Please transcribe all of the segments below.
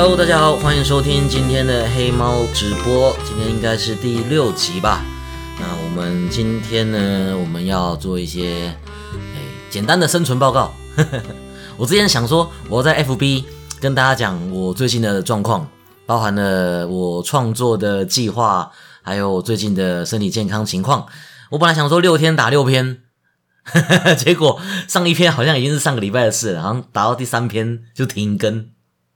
Hello， 大家好，欢迎收听今天的黑猫直播。今天应该是第6集吧。那我们今天呢，我们要做一些简单的生存报告。我之前想说，我在 FB 跟大家讲我最近的状况，包含了我创作的计划，还有最近的身体健康情况。我本来想说6天打6篇，结果上一篇好像已经是上个礼拜的事了，好像打到第3篇就停更。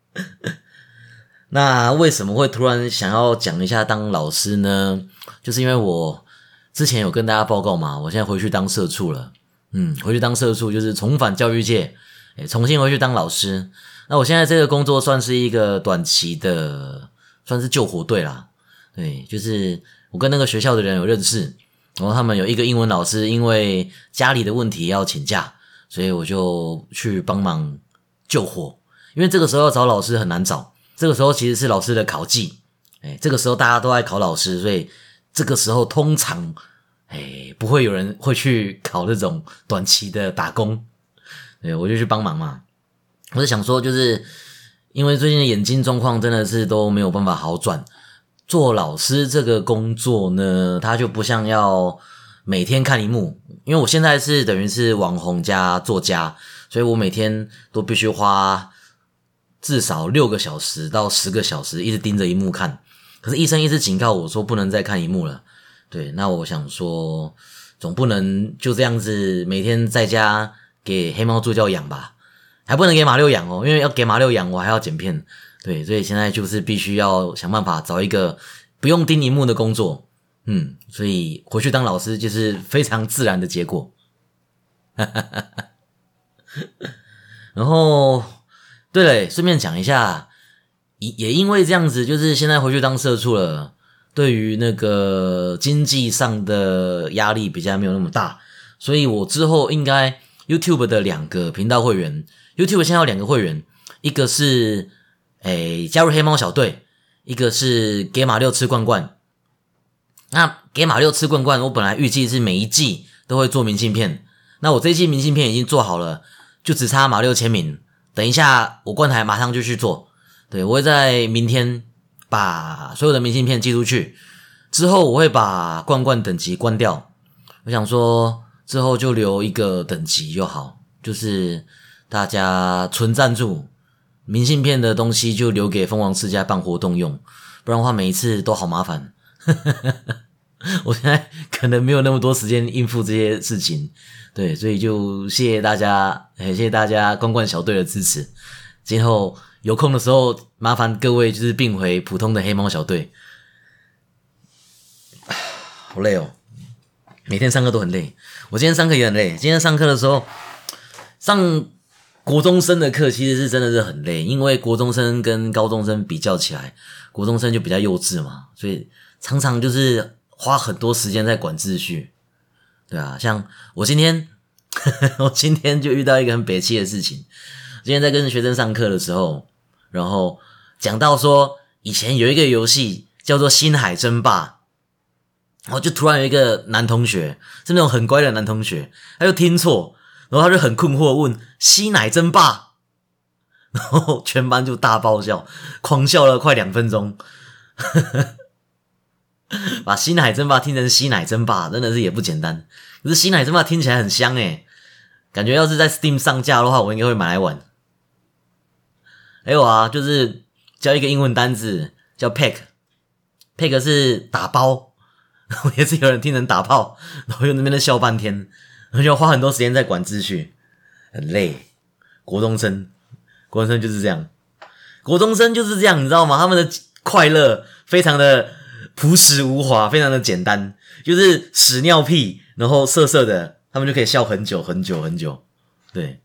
那为什么会突然想要讲一下当老师呢？就是因为我之前有跟大家报告嘛，我现在回去当社畜了。回去当社畜就是重返教育界，重新回去当老师。那我现在这个工作算是一个短期的，算是救火队啦。对，就是我跟那个学校的人有认识，然后他们有一个英文老师因为家里的问题要请假，所以我就去帮忙救火。因为这个时候要找老师很难找，这个时候其实是老师的考季，这个时候大家都在考老师，所以这个时候通常不会有人会去考这种短期的打工。对，我就去帮忙嘛。我就想说，就是因为最近的眼睛状况真的是都没有办法好转，做老师这个工作呢，它就不像要每天看荧幕，因为我现在是等于是网红加作家，所以我每天都必须花至少6个小时到10个小时一直盯着荧幕看。可是医生一直警告我说不能再看荧幕了。对，那我想说总不能就这样子每天在家给黑猫助教养吧，还不能给马六养因为要给马六养我还要剪片。对，所以现在就是必须要想办法找一个不用盯荧幕的工作。所以回去当老师就是非常自然的结果。然后对了，顺便讲一下，也因为这样子，就是现在回去当社畜了，对于那个经济上的压力比较没有那么大，所以我之后应该 YouTube 的2个频道会员， YouTube 现在有2个会员，一个是加入黑猫小队，一个是给马六吃罐罐。那给马六吃罐罐，我本来预计是每一季都会做明信片，那我这一季明信片已经做好了，就只差马六签名。等一下我罐台马上就去做。对，我会在明天把所有的明信片寄出去，之后我会把罐罐等级关掉。我想说之后就留一个等级就好，就是大家纯赞助，明信片的东西就留给凤凰世家办活动用，不然的话每一次都好麻烦。我现在可能没有那么多时间应付这些事情。对，所以就谢谢大家，谢谢大家罐罐小队的支持。今后有空的时候麻烦各位就是并回普通的黑猫小队。好累哦，每天上课都很累。我今天上课也很累，今天上课的时候上国中生的课其实是真的是很累，因为国中生跟高中生比较起来，国中生就比较幼稚嘛，所以常常就是花很多时间在管秩序。对啊，像我今天我今天就遇到一个很北七的事情。今天在跟学生上课的时候，然后讲到说以前有一个游戏叫做星海争霸，然后就突然有一个男同学，是那种很乖的男同学，他就听错，然后他就很困惑问西奶争霸，然后全班就大爆笑，狂笑了快2分钟。把西奶争霸听成西奶争霸真的是也不简单，可是西奶争霸听起来很香感觉要是在 Steam 上架的话我应该会买来玩。还有啊，就是教一个英文单字叫 pack 是打包，也是有人听成打炮，然后又那边笑半天，然后就花很多时间在管秩序，很累。国中生就是这样，你知道吗？他们的快乐非常的朴实无华，非常的简单，就是屎尿屁然后色色的，他们就可以笑很久很久很久。对，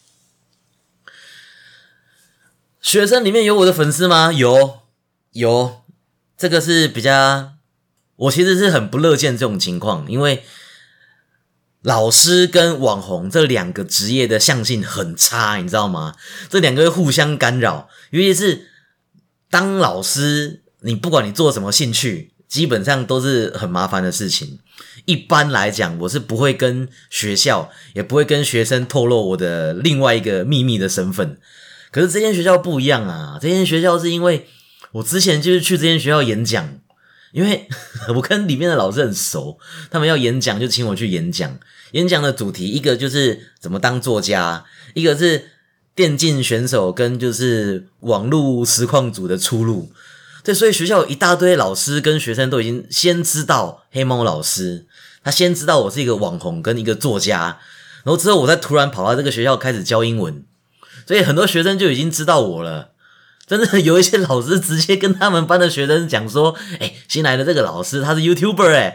学生里面有我的粉丝吗？有，这个是比较，我其实是很不乐见这种情况，因为老师跟网红这2个职业的相性很差，你知道吗？这2个会互相干扰，尤其是当老师，你不管你做什么兴趣，基本上都是很麻烦的事情。一般来讲，我是不会跟学校，也不会跟学生透露我的另外一个秘密的身份。 可是这间学校不一样啊，这间学校是因为我之前就是去这间学校演讲，因为我跟里面的老师很熟，他们要演讲就请我去演讲。演讲的主题一个就是怎么当作家，一个是电竞选手跟就是网络实况组的出路。对，所以学校有一大堆老师跟学生都已经先知道黑猫老师，他先知道我是一个网红跟一个作家，然后之后我再突然跑到这个学校开始教英文，所以很多学生就已经知道我了。真的有一些老师直接跟他们班的学生讲说，新来的这个老师他是 YouTuber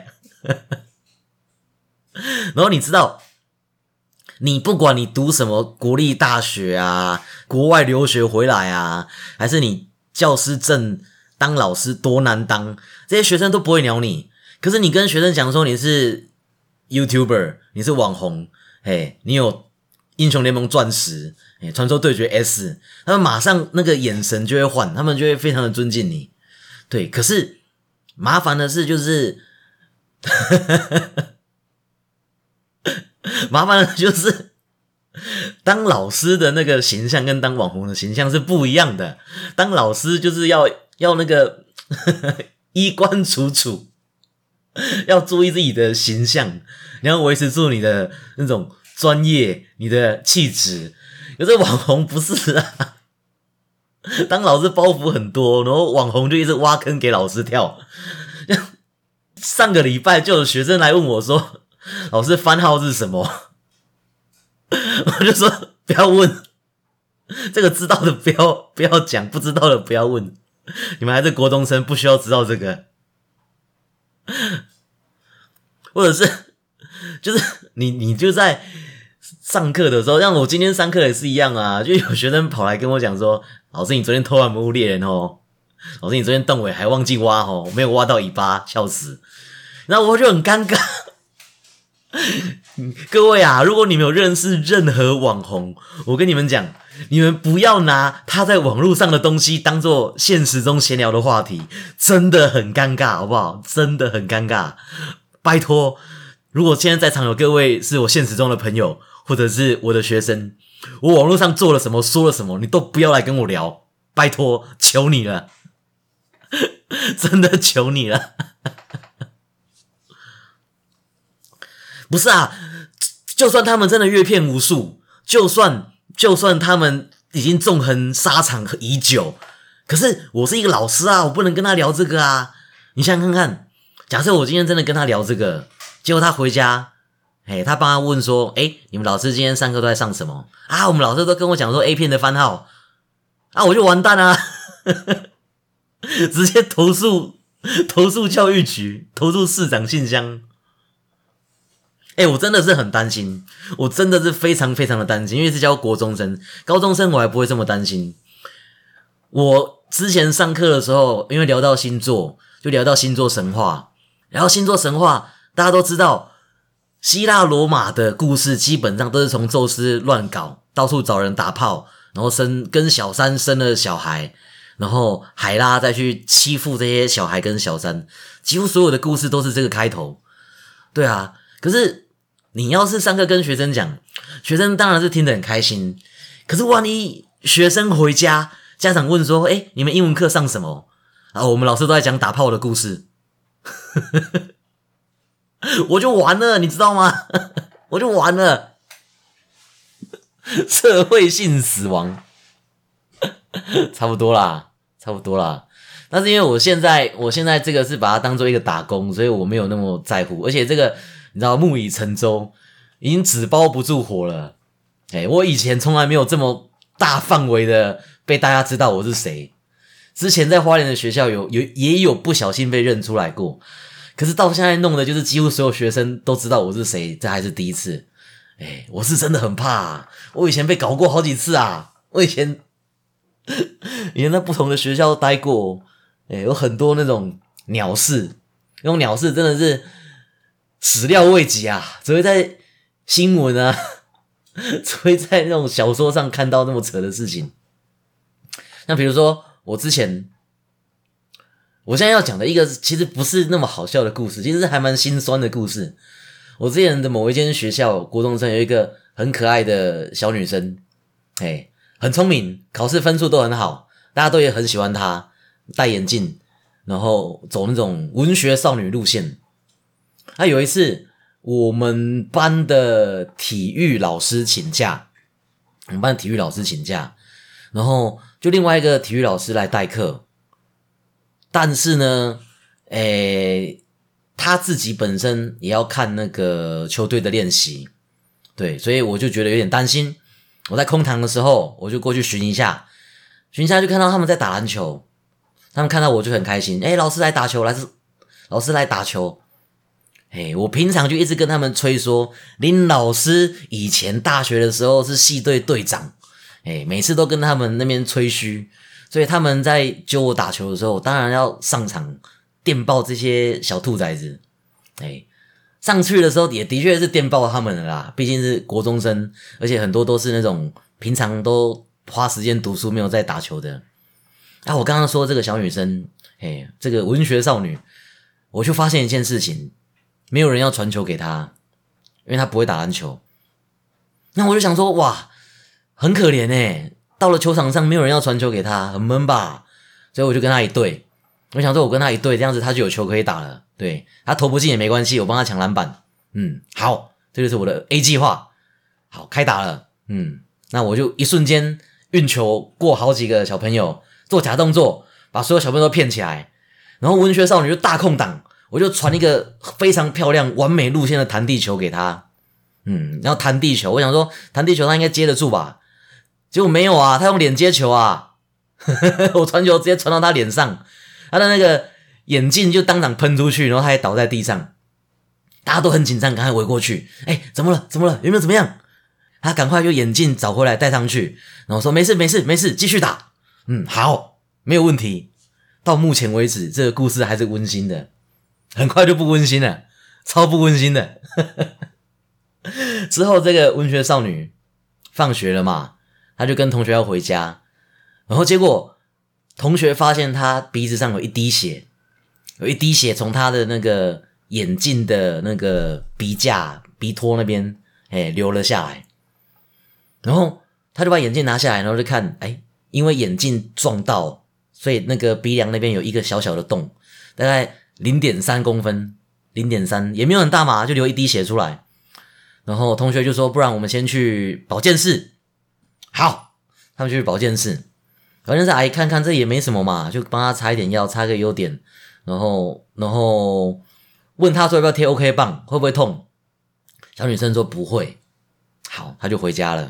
然后你知道，你不管你读什么国立大学啊，国外留学回来啊，还是你教师证当老师多难当，这些学生都不会鸟你。可是你跟学生讲说你是 YouTuber， 你是网红，你有英雄联盟钻石，传说对决 S， 他们马上那个眼神就会换，他们就会非常的尊敬你。对，可是麻烦的是就是麻烦的就是当老师的那个形象跟当网红的形象是不一样的。当老师就是要那个衣冠楚楚，要注意自己的形象，你要维持住你的那种专业，你的气质。可是网红不是啊，当老师包袱很多，然后网红就一直挖坑给老师跳。上个礼拜就有学生来问我说，老师番号是什么？我就说不要问，这个知道的不要讲，不知道的不要问。你们还是国中生，不需要知道这个。或者是就是你就在上课的时候，像我今天上课也是一样啊，就有学生跑来跟我讲说，老师你昨天偷玩魔物猎人哦，老师你昨天动尾还忘记挖哦，没有挖到尾巴，笑死。然后我就很尴尬。各位啊，如果你们有认识任何网红，我跟你们讲，你们不要拿他在网络上的东西当做现实中闲聊的话题，真的很尴尬，好不好？真的很尴尬。拜托，如果现在在场有各位是我现实中的朋友，或者是我的学生，我网络上做了什么说了什么，你都不要来跟我聊，拜托，求你了。真的求你了。不是啊，就算他们真的阅片无数，就算他们已经纵横沙场已久，可是我是一个老师啊，我不能跟他聊这个啊。你想想看看，假设我今天真的跟他聊这个，结果他回家，他帮他问说，你们老师今天上课都在上什么啊？我们老师都跟我讲说 A 片的番号啊，我就完蛋啊。直接投诉教育局，投诉市长信箱。我真的是很担心，我真的是非常非常的担心，因为是教国中生，高中生我还不会这么担心。我之前上课的时候，因为聊到星座，就聊到星座神话，然后星座神话大家都知道，希腊罗马的故事基本上都是从宙斯乱搞，到处找人打炮，然后跟小三生了小孩，然后海拉再去欺负这些小孩跟小三，几乎所有的故事都是这个开头。对啊，可是你要是上课跟学生讲，学生当然是听得很开心，可是万一学生回家，家长问说，你们英文课上什么啊？我们老师都在讲打炮的故事。我就完了，你知道吗？我就完了。社会性死亡。差不多啦。但是因为我现在这个是把它当做一个打工，所以我没有那么在乎，而且这个你知道木已成舟，已经纸包不住火了。我以前从来没有这么大范围的被大家知道我是谁。之前在花莲的学校也有不小心被认出来过，可是到现在弄的就是几乎所有学生都知道我是谁，这还是第一次。我是真的很怕啊，我以前被搞过好几次啊，我以前在不同的学校待过，有很多那种鸟事，那种鸟事真的是始料未及啊，只会在新闻啊，只会在那种小说上看到那么扯的事情。那比如说我现在要讲的一个其实不是那么好笑的故事，其实是还蛮心酸的故事。我之前的某一间学校国中生有一个很可爱的小女生， 很聪明，考试分数都很好，大家都也很喜欢他，戴眼镜，然后走那种文学少女路线。有一次我们班的体育老师请假，然后就另外一个体育老师来代课，但是呢他自己本身也要看那个球队的练习，对，所以我就觉得有点担心。我在空堂的时候，我就过去巡一下就看到他们在打篮球，他们看到我就很开心，老师来打球，老师来打球。我平常就一直跟他们吹说，林老师以前大学的时候是系队队长，每次都跟他们那边吹嘘，所以他们在揪我打球的时候，当然要上场电爆这些小兔崽子。上去的时候也的确是电爆他们了啦，毕竟是国中生，而且很多都是那种平常都花时间读书没有在打球的。我刚刚说这个小女生，这个文学少女，我就发现一件事情，没有人要传球给她，因为她不会打篮球。那我就想说，哇，很可怜到了球场上没有人要传球给她，很闷吧？所以我就跟她一队，我想说我跟她一队，这样子她就有球可以打了。对，她投不进也没关系，我帮她抢篮板。好，这就是我的 A 计划。好，开打了。那我就一瞬间运球过好几个小朋友，做假动作，把所有小朋友都骗起来。然后文学少女就大空档，我就传一个非常漂亮完美路线的弹地球给她。然后弹地球，我想说弹地球她应该接得住吧，结果没有啊，她用脸接球啊。我传球直接传到她脸上，她的那个眼镜就当场喷出去，然后她还倒在地上，大家都很紧张，赶快围过去。怎么了？有没有怎么样？她赶快就眼镜找回来戴上去，然后说没事，继续打。好，没有问题。到目前为止，这个故事还是温馨的，很快就不温馨了，超不温馨的。之后这个文学少女放学了嘛，她就跟同学要回家，然后结果同学发现她鼻子上有一滴血从她的那个眼镜的那个鼻托那边流了下来。然后她就把眼镜拿下来，然后就看因为眼镜撞到，所以那个鼻梁那边有一个小小的洞，大概 0.3 公分 0.3 也没有很大嘛，就流一滴血出来。然后同学就说不然我们先去保健室。好，他们去保健室阿姨看看这也没什么嘛，就帮他擦一点药，擦个优点，然后问他说要不要贴 OK 棒，会不会痛。小女生说不会。好，他就回家了。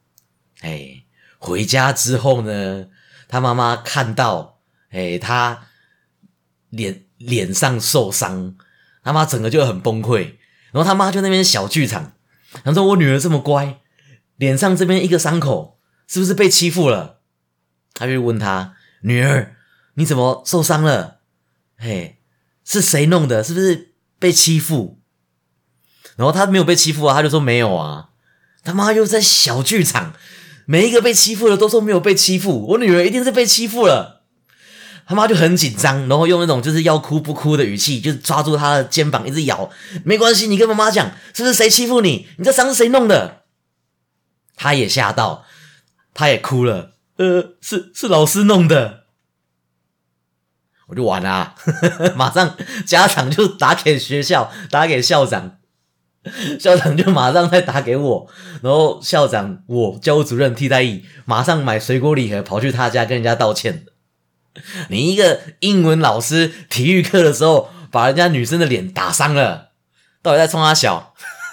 回家之后呢，他妈妈看到他脸上受伤，他妈整个就很崩溃。然后他妈就那边小剧场，他说我女儿这么乖，脸上这边一个伤口，是不是被欺负了？他就问他女儿，你怎么受伤了？是谁弄的？是不是被欺负？然后他没有被欺负啊，他就说没有啊。他妈又在小剧场，每一个被欺负的都说没有被欺负，我女儿一定是被欺负了。他妈就很紧张，然后用那种就是要哭不哭的语气，就是抓住他的肩膀一直摇，没关系，你跟妈妈讲，是不是谁欺负你？你这伤是谁弄的？他也吓到，他也哭了，是老师弄的。我就完啦，马上家长就打给学校，打给校长，校长就马上再打给我，然后校长我教务主任替代役马上买水果礼盒跑去他家跟人家道歉。你一个英文老师体育课的时候把人家女生的脸打伤了，到底在冲他小？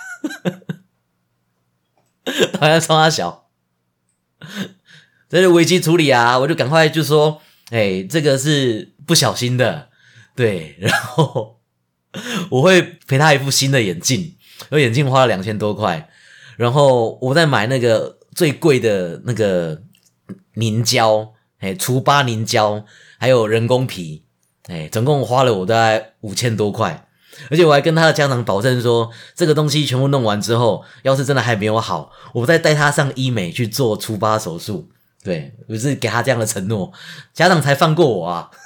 到底在冲他小？这是危机处理啊，我就赶快就说这个是不小心的，对，然后我会赔他一副新的眼镜，我眼镜花了2000多块，然后我再买那个最贵的那个凝胶，除疤凝胶，还有人工皮，总共花了我大概5000多块，而且我还跟他的家长保证说，这个东西全部弄完之后，要是真的还没有好，我再带他上医美去做除疤手术。对，我是给他这样的承诺，家长才放过我啊。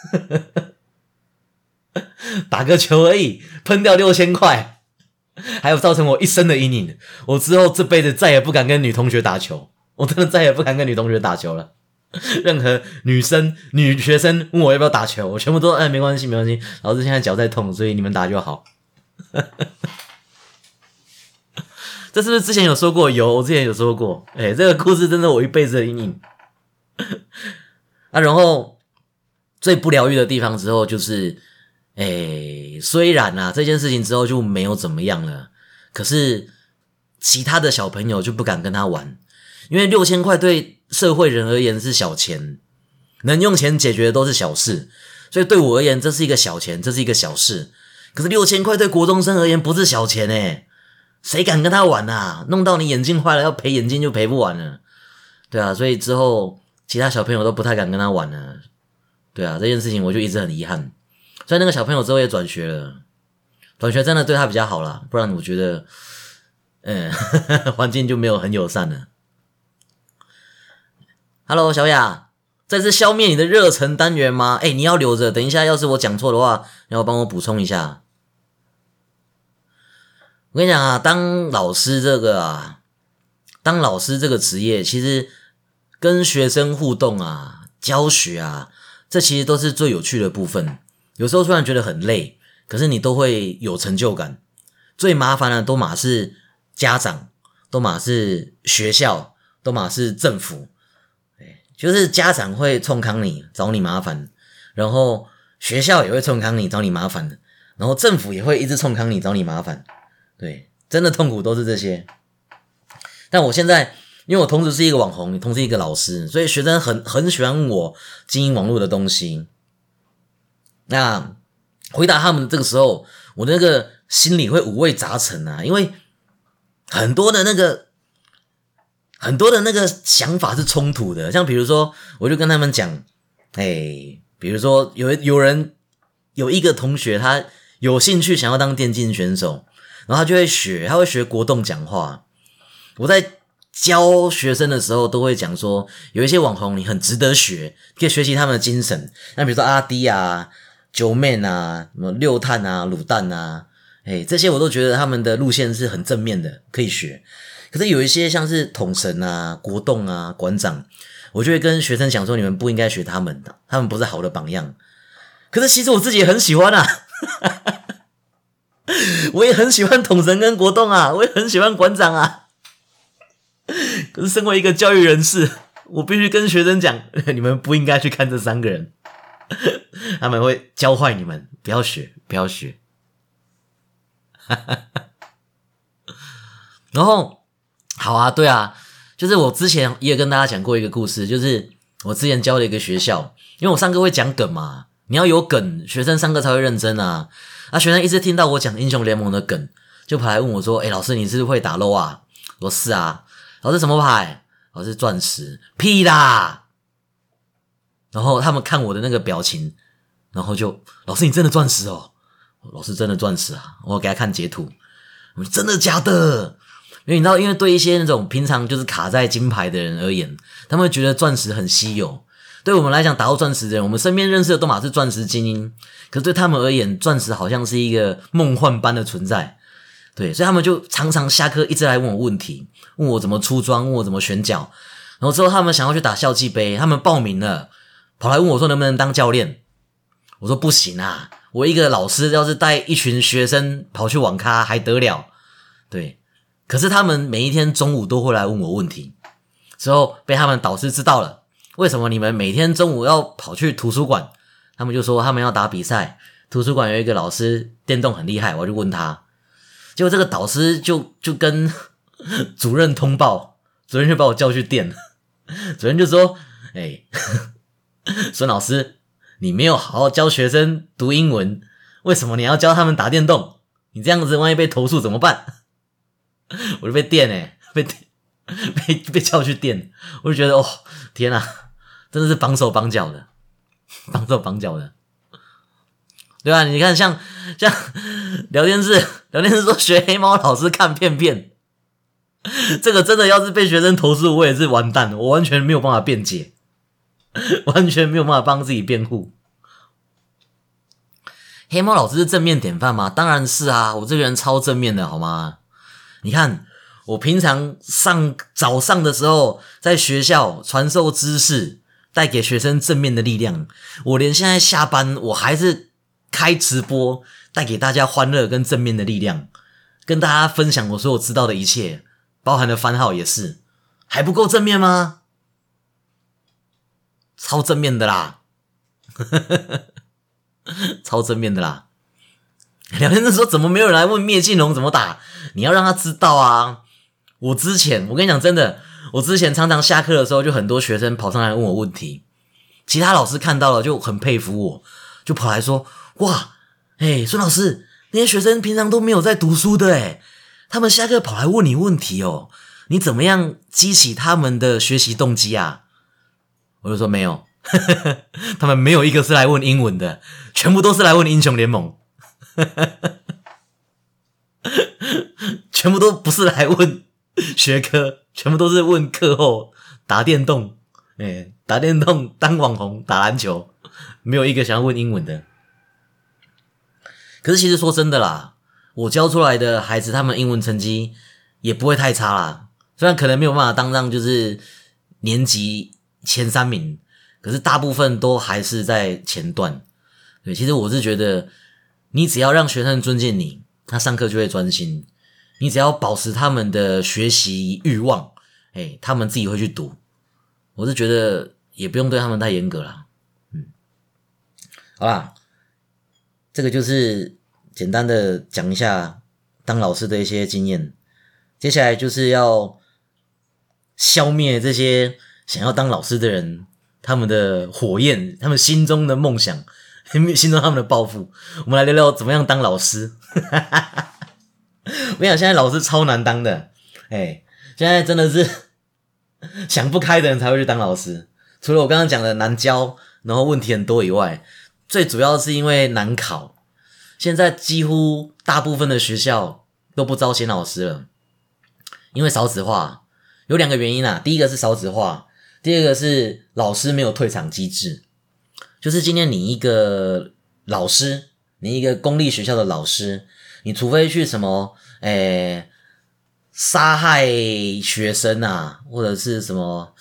打个球而已，喷掉6000块，还有造成我一生的阴影，我之后这辈子再也不敢跟女同学打球。 我真的再也不敢跟女同学打球了。任何女学生问我要不要打球，我全部都没关系，老师现在脚在痛，所以你们打就好。这是不是之前有说过？有，我之前有说过。这个故事真的我一辈子的阴影。然后最不疗愈的地方之后就是，虽然这件事情之后就没有怎么样了，可是其他的小朋友就不敢跟他玩，因为6000块对社会人而言是小钱，能用钱解决的都是小事，所以对我而言这是一个小钱，这是一个小事。可是6000块对国中生而言不是小钱谁敢跟他玩啊？弄到你眼睛坏了，要赔眼睛就赔不完了。对啊，所以之后其他小朋友都不太敢跟他玩了。对啊，这件事情我就一直很遗憾。所以那个小朋友之后也转学了，转学真的对他比较好啦，不然我觉得环境就没有很友善了。Hello 小雅，这是消灭你的热忱单元吗？你要留着，等一下要是我讲错的话，你要帮我补充一下。我跟你讲当老师这个职业，其实跟学生互动教学这其实都是最有趣的部分。有时候虽然觉得很累，可是你都会有成就感。最麻烦的都嘛是家长，都嘛是学校，都嘛是政府。就是家长会冲康你，找你麻烦，然后学校也会冲康你，找你麻烦，然后政府也会一直冲康你，找你麻烦。对，真的痛苦都是这些。但我现在因为我同时是一个网红，同时一个老师，所以学生很喜欢问我经营网络的东西。那回答他们这个时候，我那个心里会五味杂陈因为很多的那个想法是冲突的。像比如说我就跟他们讲比如说有一个同学他有兴趣想要当电竞选手，然后他会学国动讲话。我在教学生的时候都会讲说，有一些网红你很值得学，可以学习他们的精神。那比如说阿滴九妹什么六探卤蛋这些我都觉得他们的路线是很正面的，可以学。可是有一些像是统神国栋馆长，我就会跟学生讲说，你们不应该学他们的，他们不是好的榜样。可是其实我自己也很喜欢我也很喜欢统神跟国栋我也很喜欢馆长可是身为一个教育人士，我必须跟学生讲，你们不应该去看这3个人，他们会教坏你们，不要学。然后好对就是我之前也跟大家讲过一个故事，就是我之前教了一个学校，因为我上课会讲梗嘛，你要有梗，学生上课才会认真学生一直听到我讲英雄联盟的梗，就跑来问我说，老师你是不是会打 LOL 我说是老师什么牌？老师钻石。屁啦！然后他们看我的那个表情，然后就老师你真的钻石哦？老师真的钻石我给他看截图，我说真的假的？因为你知道，因为对一些那种平常就是卡在金牌的人而言，他们会觉得钻石很稀有。对我们来讲，打到钻石的人，我们身边认识的都嘛是钻石精英，可是对他们而言，钻石好像是一个梦幻般的存在。对，所以他们就常常下课一直来问我问题，问我怎么出装，问我怎么选角。然后之后他们想要去打校际杯，他们报名了，跑来问我说能不能当教练。我说不行我一个老师要是带一群学生跑去网咖还得了。对，可是他们每一天中午都会来问我问题，之后被他们导师知道了，为什么你们每天中午要跑去图书馆？他们就说他们要打比赛，图书馆有一个老师电动很厉害，我就问他。结果这个导师就跟主任通报，主任就把我叫去电，主任就说孙老师你没有好好教学生读英文，为什么你要教他们打电动？你这样子万一被投诉怎么办？我就被电被叫去电，我就觉得天真的是绑手绑脚的。对吧？你看像聊天室说学黑猫老师看片，这个真的要是被学生投诉，我也是完蛋了，我完全没有办法辩解，完全没有办法帮自己辩护。黑猫老师是正面典范吗？当然是我这个人超正面的好吗？你看我平常早上的时候在学校传授知识，带给学生正面的力量，我连现在下班我还是开直播，带给大家欢乐跟正面的力量，跟大家分享我所有知道的一切，包含了番号也是，还不够正面吗？超正面的啦超正面的啦。聊天的时候怎么没有人来问灭尽龙怎么打？你要让他知道啊。我跟你讲真的，我之前常常下课的时候就很多学生跑上来问我问题，其他老师看到了就很佩服我，就跑来说，哇，孙老师，那些学生平常都没有在读书的他们下课跑来问你问题哦，你怎么样激起他们的学习动机啊？我就说没有他们没有一个是来问英文的，全部都是来问英雄联盟全部都不是来问学科，全部都是问课后打电动打电动当网红打篮球，没有一个想要问英文的。可是其实说真的啦，我教出来的孩子他们英文成绩也不会太差啦，虽然可能没有办法当上就是年级前3名，可是大部分都还是在前段。对，其实我是觉得你只要让学生尊敬你，他上课就会专心，你只要保持他们的学习欲望他们自己会去读。我是觉得也不用对他们太严格啦。好啦，这个就是简单的讲一下当老师的一些经验。接下来就是要消灭这些想要当老师的人，他们的火焰，他们心中的梦想，心中他们的抱负。我们来聊聊怎么样当老师我跟你讲，现在老师超难当的现在真的是想不开的人才会去当老师。除了我刚刚讲的难教，然后问题很多以外，最主要是因为难考。现在几乎大部分的学校都不招贤老师了，因为少子化。有2个原因第一个是少子化，第二个是老师没有退场机制。就是今天你一个老师，你一个公立学校的老师，你除非去什么杀害学生或者是什么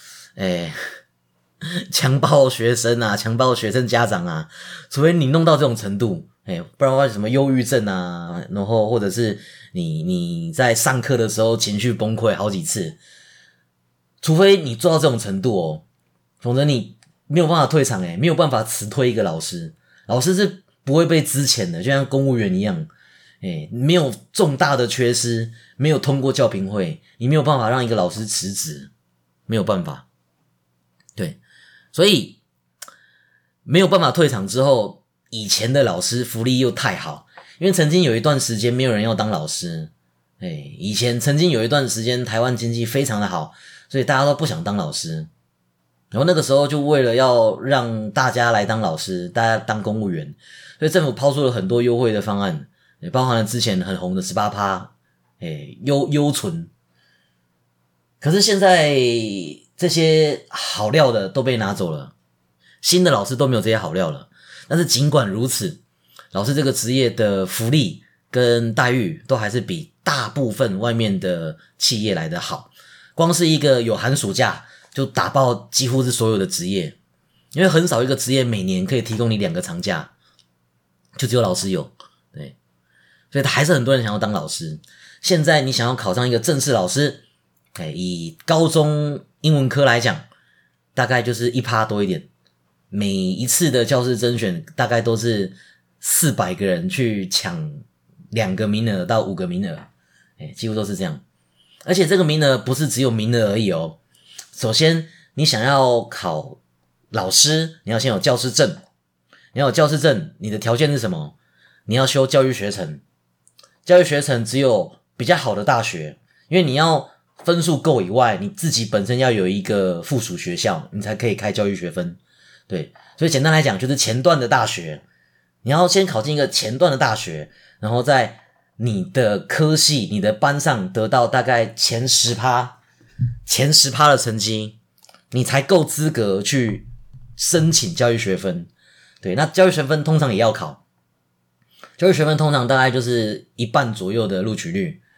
强暴学生强暴学生家长除非你弄到这种程度不然的话什么忧郁症然后或者是你在上课的时候情绪崩溃好几次，除非你做到这种程度否则你没有办法退场没有办法辞退一个老师。老师是不会被资遣的，就像公务员一样没有重大的缺失，没有通过教评会，你没有办法让一个老师辞职，没有办法。对，所以没有办法退场之后，以前的老师福利又太好，因为曾经有一段时间没有人要当老师以前曾经有一段时间台湾经济非常的好，所以大家都不想当老师。然后那个时候就为了要让大家来当老师，大家当公务员，所以政府抛出了很多优惠的方案，也包含了之前很红的 18% 优存。可是现在这些好料的都被拿走了，新的老师都没有这些好料了。但是尽管如此，老师这个职业的福利跟待遇都还是比大部分外面的企业来得好。光是一个有寒暑假就打爆几乎是所有的职业，因为很少一个职业每年可以提供你2个长假，就只有老师有。对，所以还是很多人想要当老师。现在你想要考上一个正式老师以高中英文科来讲，大概就是 1% 多一点，每一次的教师甄选大概都是400个人去抢2个名额到5个名额几乎都是这样。而且这个名额不是只有名额而已首先你想要考老师，你要先有教师证。你要有教师证，你的条件是什么？你要修教育学程。教育学程只有比较好的大学，因为你要分数够以外，你自己本身要有一个附属学校，你才可以开教育学分。对，所以简单来讲就是前段的大学，你要先考进一个前段的大学，然后在你的科系你的班上得到大概前 10% 的成绩，你才够资格去申请教育学分。对，那教育学分通常也要考，教育学分通常大概就是1半左右的录取率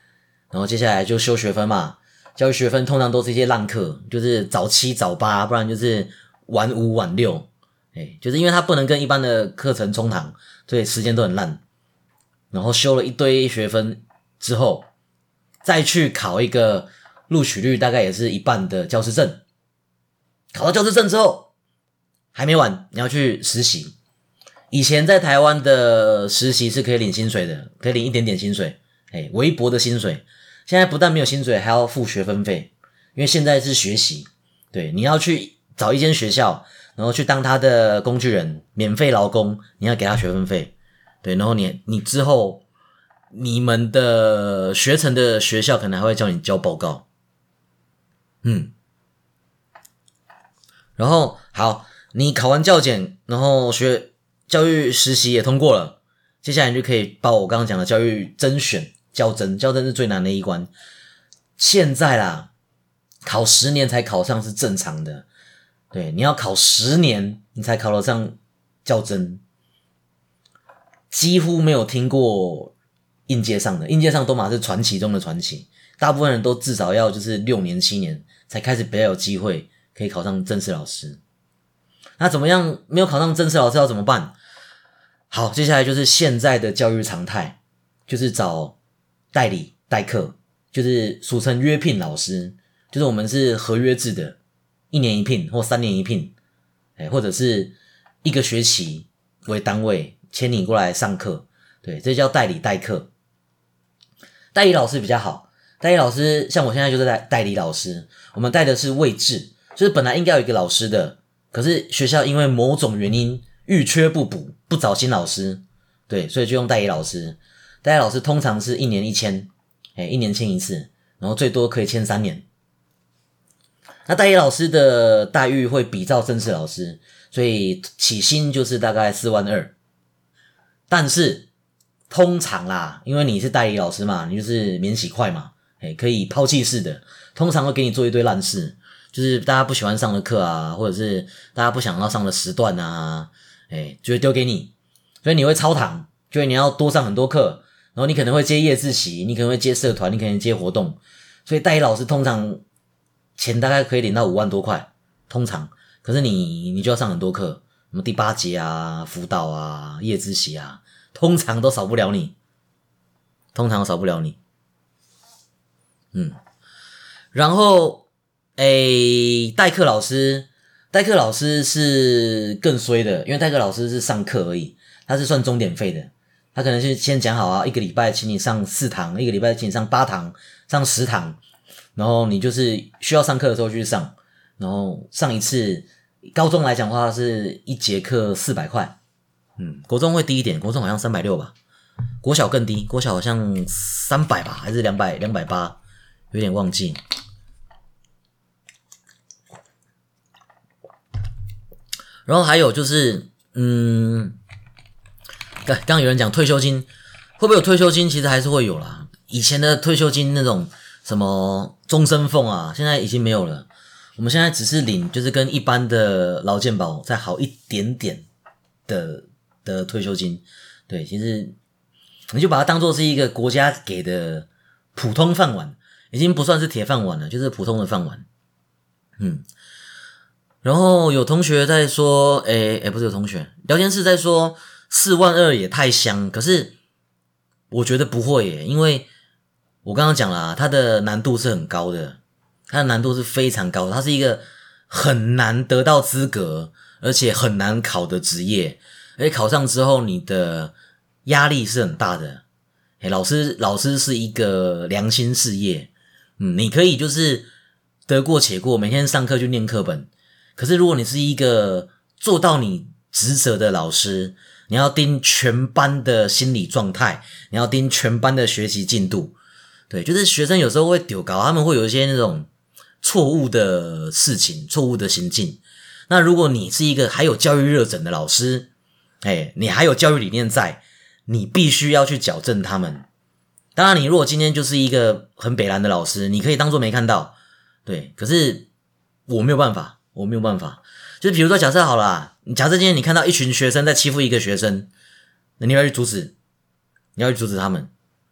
然后接下来就修学分嘛，教育学分通常都是一些烂课，就是早7早8，不然就是晚5晚6，就是因为它不能跟一般的课程冲堂，所以时间都很烂。然后修了一堆学分之后，再去考一个录取率大概也是一半的教师证。考到教师证之后还没完，你要去实习。以前在台湾的实习是可以领薪水的，可以领一点点薪水，微薄的薪水。现在不但没有薪水，还要付学分费，因为现在是学习。对，你要去找一间学校，然后去当他的工具人，免费劳工，你要给他学分费。对，然后你之后你们的学成的学校可能还会叫你交报告。然后好，你考完教检，然后教育实习也通过了，接下来你就可以报我刚刚讲的教育甄选教甄是最难的一关。现在啦，考10年才考上是正常的。对，你要考10年你才考得上教甄，几乎没有听过应届上的，应届上都嘛是传奇中的传奇，大部分人都至少要就是6年7年才开始比较有机会可以考上正式老师。那怎么样没有考上正式老师要怎么办？好，接下来就是现在的教育常态，就是找代理代课，就是俗称约聘老师，就是我们是合约制的，1年1聘或3年1聘，或者是1个学期为单位签你过来上课。对，这叫代理代课。代理老师比较好，代理老师像我现在就是代理老师，我们带的是位制，就是本来应该有一个老师的，可是学校因为某种原因欲缺不补，不找新老师，对，所以就用代理老师。代理老师通常是1年1签，1年签一次，然后最多可以签3年。那代理老师的待遇会比照正式老师，所以起薪就是大概4万2。但是通常啦，因为你是代理老师嘛，你就是免洗快嘛，可以抛弃式的，通常会给你做一堆烂事，就是大家不喜欢上的课啊，或者是大家不想要上的时段啊，就会丢给你，所以你会超堂，就会你要多上很多课，然后你可能会接夜自习，你可能会接社团，你可能接活动，所以代理老师通常钱大概可以领到5万多块，通常，可是你就要上很多课，什么第8节啊、辅导啊、夜自习啊，通常都少不了你。然后代课老师是更衰的，因为代课老师是上课而已，他是算钟点费的，他可能是先讲好啊，1个礼拜请你上4堂，1个礼拜请你上8堂，上10堂，然后你就是需要上课的时候去上，然后上一次，高中来讲的话是1节课400块，国中会低一点，国中好像360吧，国小更低，国小好像300吧，还是280，有点忘记。然后还有就是刚有人讲退休金，会不会有退休金？其实还是会有啦。以前的退休金那种什么终身俸啊，现在已经没有了。我们现在只是领就是跟一般的劳健保再好一点点的退休金。对，其实你就把它当作是一个国家给的普通饭碗，已经不算是铁饭碗了，就是普通的饭碗。然后有同学在说，不是有同学，聊天室在说4万2也太香，可是我觉得不会耶，因为我刚刚讲啦，它的难度是很高的，它的难度是非常高的，它是一个很难得到资格，而且很难考的职业，而且考上之后你的压力是很大的。老师是一个良心事业，你可以就是得过且过，每天上课就念课本。可是如果你是一个做到你职责的老师，你要盯全班的心理状态，你要盯全班的学习进度。对，就是学生有时候会丢高，他们会有一些那种错误的事情，错误的行径。那如果你是一个还有教育热忱的老师，你还有教育理念在，你必须要去矫正他们。当然你如果今天就是一个很北蓝的老师，你可以当作没看到。对，可是我没有办法。就是比如说假设好了，假设今天你看到一群学生在欺负一个学生，那你要去阻止他们。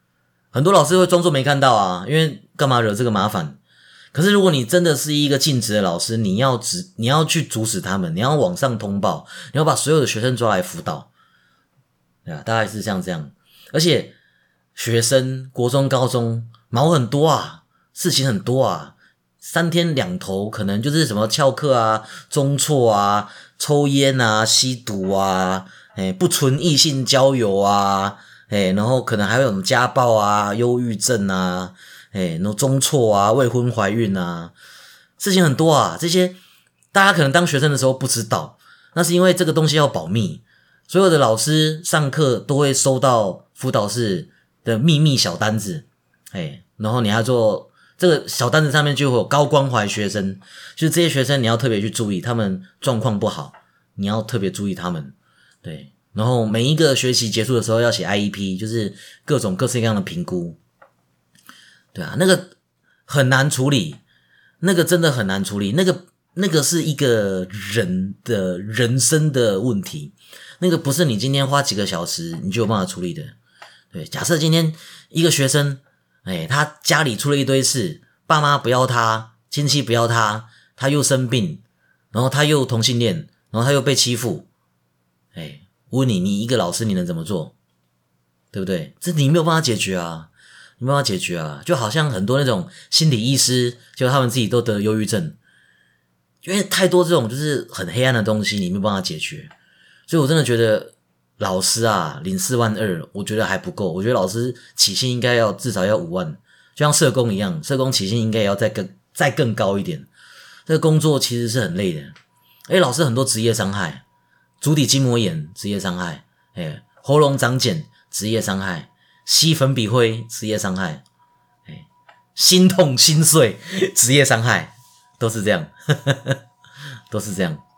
很多老师会装作没看到啊，因为干嘛惹这个麻烦？可是如果你真的是一个尽职的老师，你要去阻止他们，你要往上通报，你要把所有的学生抓来辅导，对啊，大概是像这样。而且学生国中高中毛很多啊，事情很多啊，3天2头，可能就是什么翘课啊、中辍啊、抽烟啊、吸毒啊、不纯异性交友啊，然后可能还有什么家暴啊、忧郁症啊，然后中辍啊、未婚怀孕啊，事情很多啊。这些大家可能当学生的时候不知道，那是因为这个东西要保密，所有的老师上课都会收到辅导室的秘密小单子，然后你要做这个小单子上面就会有高关怀学生，就是这些学生你要特别去注意，他们状况不好，你要特别注意他们，对。然后每一个学期结束的时候要写 IEP， 就是各种各式各样的评估，对啊，那个很难处理，那个真的很难处理，那个是一个人的人生的问题，那个不是你今天花几个小时你就有办法处理的。对，假设今天一个学生他家里出了一堆事，爸妈不要他，亲戚不要他，他又生病，然后他又同性恋，然后他又被欺负，我问你一个老师你能怎么做？对不对？这你没有办法解决啊，你没有办法解决啊。就好像很多那种心理医师，就他们自己都得忧郁症，因为太多这种就是很黑暗的东西，你没有办法解决。所以我真的觉得老师啊，领4万2，我觉得还不够。我觉得老师起薪应该要至少要5万，就像社工一样，社工起薪应该也要再更高一点。这个工作其实是很累的，老师很多职业伤害，足底筋膜炎职业伤害，喉咙长茧职业伤害，吸粉笔灰职业伤害，心痛心碎职业伤害，都是这样都是这样。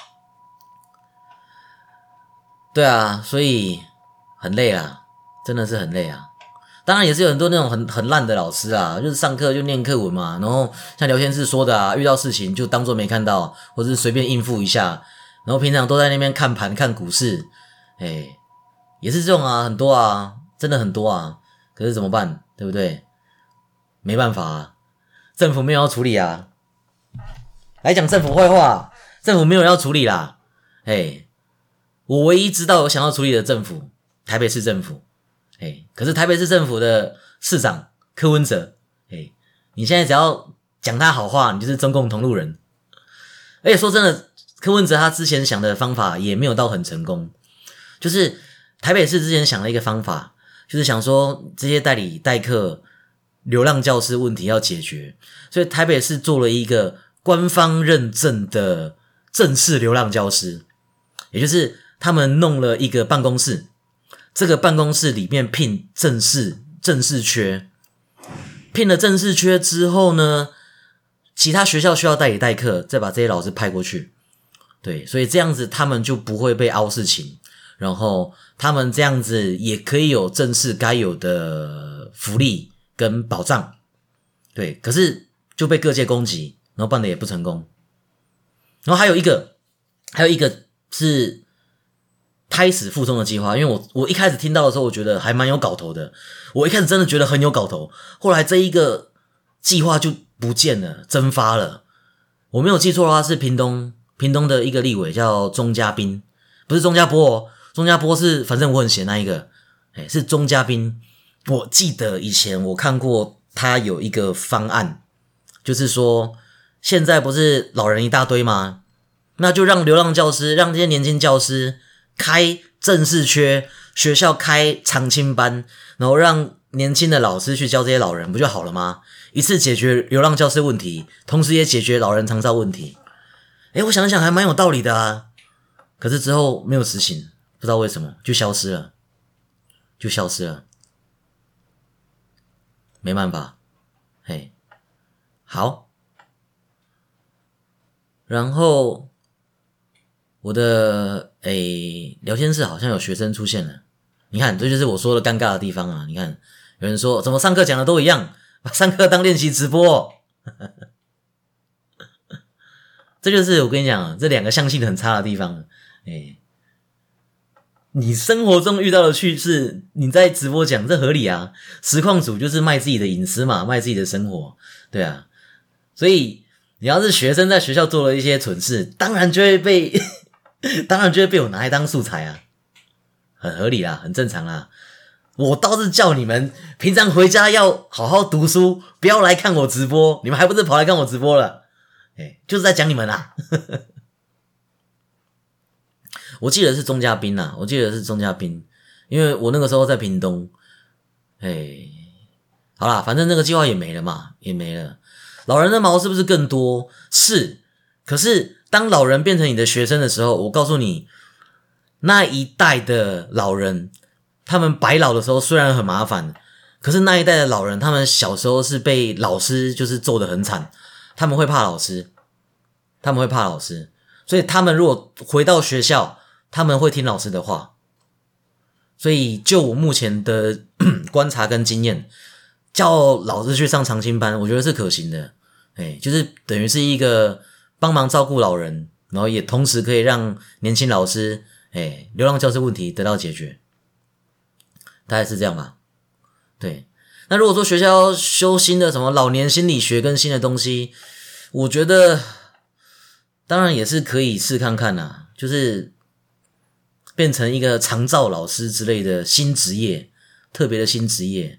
对啊，所以很累啊，真的是很累啊。当然也是有很多那种很烂的老师啊，就是上课就念课文嘛，然后像聊天室说的啊，遇到事情就当作没看到，或者是随便应付一下，然后平常都在那边看盘看股市，也是这种啊，很多啊，真的很多啊。可是怎么办，对不对？没办法啊，政府没有要处理啊。来讲政府坏话，政府没有要处理啦。我唯一知道有想要处理的政府，台北市政府。可是台北市政府的市长柯文哲，你现在只要讲他好话，你就是中共同路人。而且说真的，柯文哲他之前想的方法也没有到很成功，就是台北市之前想了一个方法，就是想说这些代理代课流浪教师问题要解决，所以台北市做了一个官方认证的正式流浪教师，也就是他们弄了一个办公室，这个办公室里面聘正式缺，聘了正式缺之后呢，其他学校需要代理代课，再把这些老师派过去。对，所以这样子他们就不会被凹事情，然后他们这样子也可以有正式该有的福利跟保障。对，可是就被各界攻击，然后办的也不成功。然后还有一个是胎死腹中的计划，因为我一开始听到的时候，我觉得还蛮有搞头的。我一开始真的觉得很有搞头，后来这一个计划就不见了，蒸发了。我没有记错的话，是屏东的一个立委叫钟嘉宾，不是钟家波哦，钟家波是反正我很闲那一个，是钟嘉宾。我记得以前我看过他有一个方案，就是说现在不是老人一大堆吗？那就让流浪教师，让这些年轻教师开正式缺，学校开常青班，然后让年轻的老师去教这些老人，不就好了吗？一次解决流浪教师问题，同时也解决老人长照问题。我想想还蛮有道理的啊。可是之后没有实行，不知道为什么就消失了，没办法。好，然后我的聊天室好像有学生出现了，你看这就是我说的尴尬的地方啊。你看有人说怎么上课讲的都一样，把上课当练习直播这就是我跟你讲这两个相性很差的地方。 你生活中遇到的趣事，你在直播讲，这合理啊。实况主就是卖自己的隐私嘛，卖自己的生活，对啊。所以你要是学生在学校做了一些蠢事，当然就会被我拿来当素材啊，很合理啦，很正常啦。我倒是叫你们平常回家要好好读书，不要来看我直播，你们还不是跑来看我直播了？就是在讲你们啦。我记得是钟嘉宾啦，因为我那个时候在屏东。好啦，反正那个计划也没了嘛，也没了。老人的毛是不是更多？是，可是当老人变成你的学生的时候，我告诉你，那一代的老人，他们白老的时候虽然很麻烦，可是那一代的老人，他们小时候是被老师就是揍得很惨，他们会怕老师，所以他们如果回到学校，他们会听老师的话。所以就我目前的观察跟经验，叫老师去上长青班，我觉得是可行的。就是等于是一个帮忙照顾老人，然后也同时可以让年轻老师流浪教师问题得到解决，大概是这样吧。对，那如果说学校要修新的什么老年心理学跟新的东西，我觉得当然也是可以试看看啦，就是变成一个长照老师之类的新职业，特别的新职业。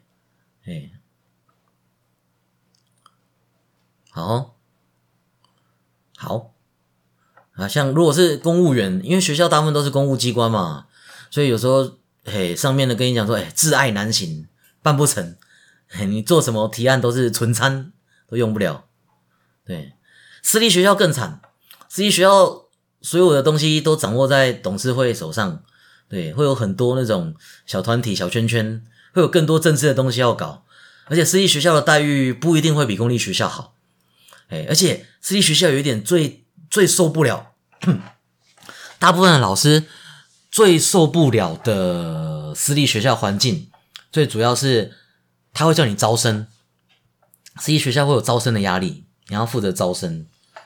好啊，像如果是公务员，因为学校大部分都是公务机关嘛，所以有时候上面的跟你讲说挚爱难行，办不成，你做什么提案都是纯参，都用不了。对，私立学校更惨，私立学校所有的东西都掌握在董事会手上，对，会有很多那种小团体小圈圈，会有更多政治的东西要搞，而且私立学校的待遇不一定会比公立学校好。而且私立学校有一点最受不了大部分的老师最受不了的私立学校环境，最主要是他会叫你招生，私立学校会有招生的压力，你要负责招生，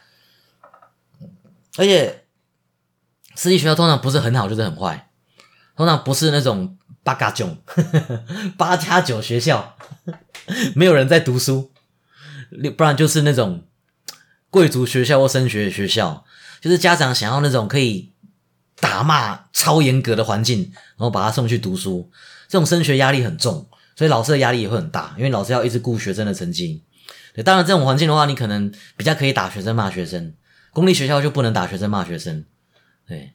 而且私立学校通常不是很好就是很坏，通常不是那种8+9学校没有人在读书，不然就是那种贵族学校或升学学校，就是家长想要那种可以打骂超严格的环境，然后把他送去读书，这种升学压力很重，所以老师的压力也会很大，因为老师要一直顾学生的成绩。对，当然这种环境的话，你可能比较可以打学生骂学生，公立学校就不能打学生骂学生。对，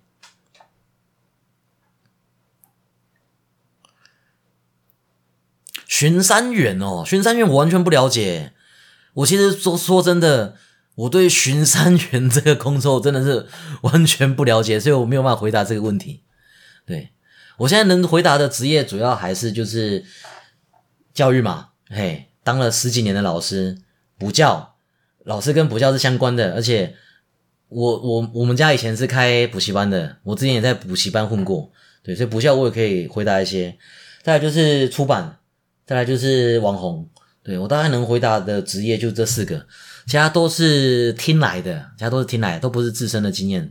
巡山员我完全不了解。我其实说真的，我对巡山员这个工作真的是完全不了解，所以我没有办法回答这个问题。对，我现在能回答的职业主要还是就是教育嘛，当了10几年的老师，补教，老师跟补教是相关的，而且我们家以前是开补习班的，我之前也在补习班混过，对，所以补教我也可以回答一些。再来就是出版，再来就是网红，对，我大概能回答的职业就这4个，其他都是听来的，都不是自身的经验。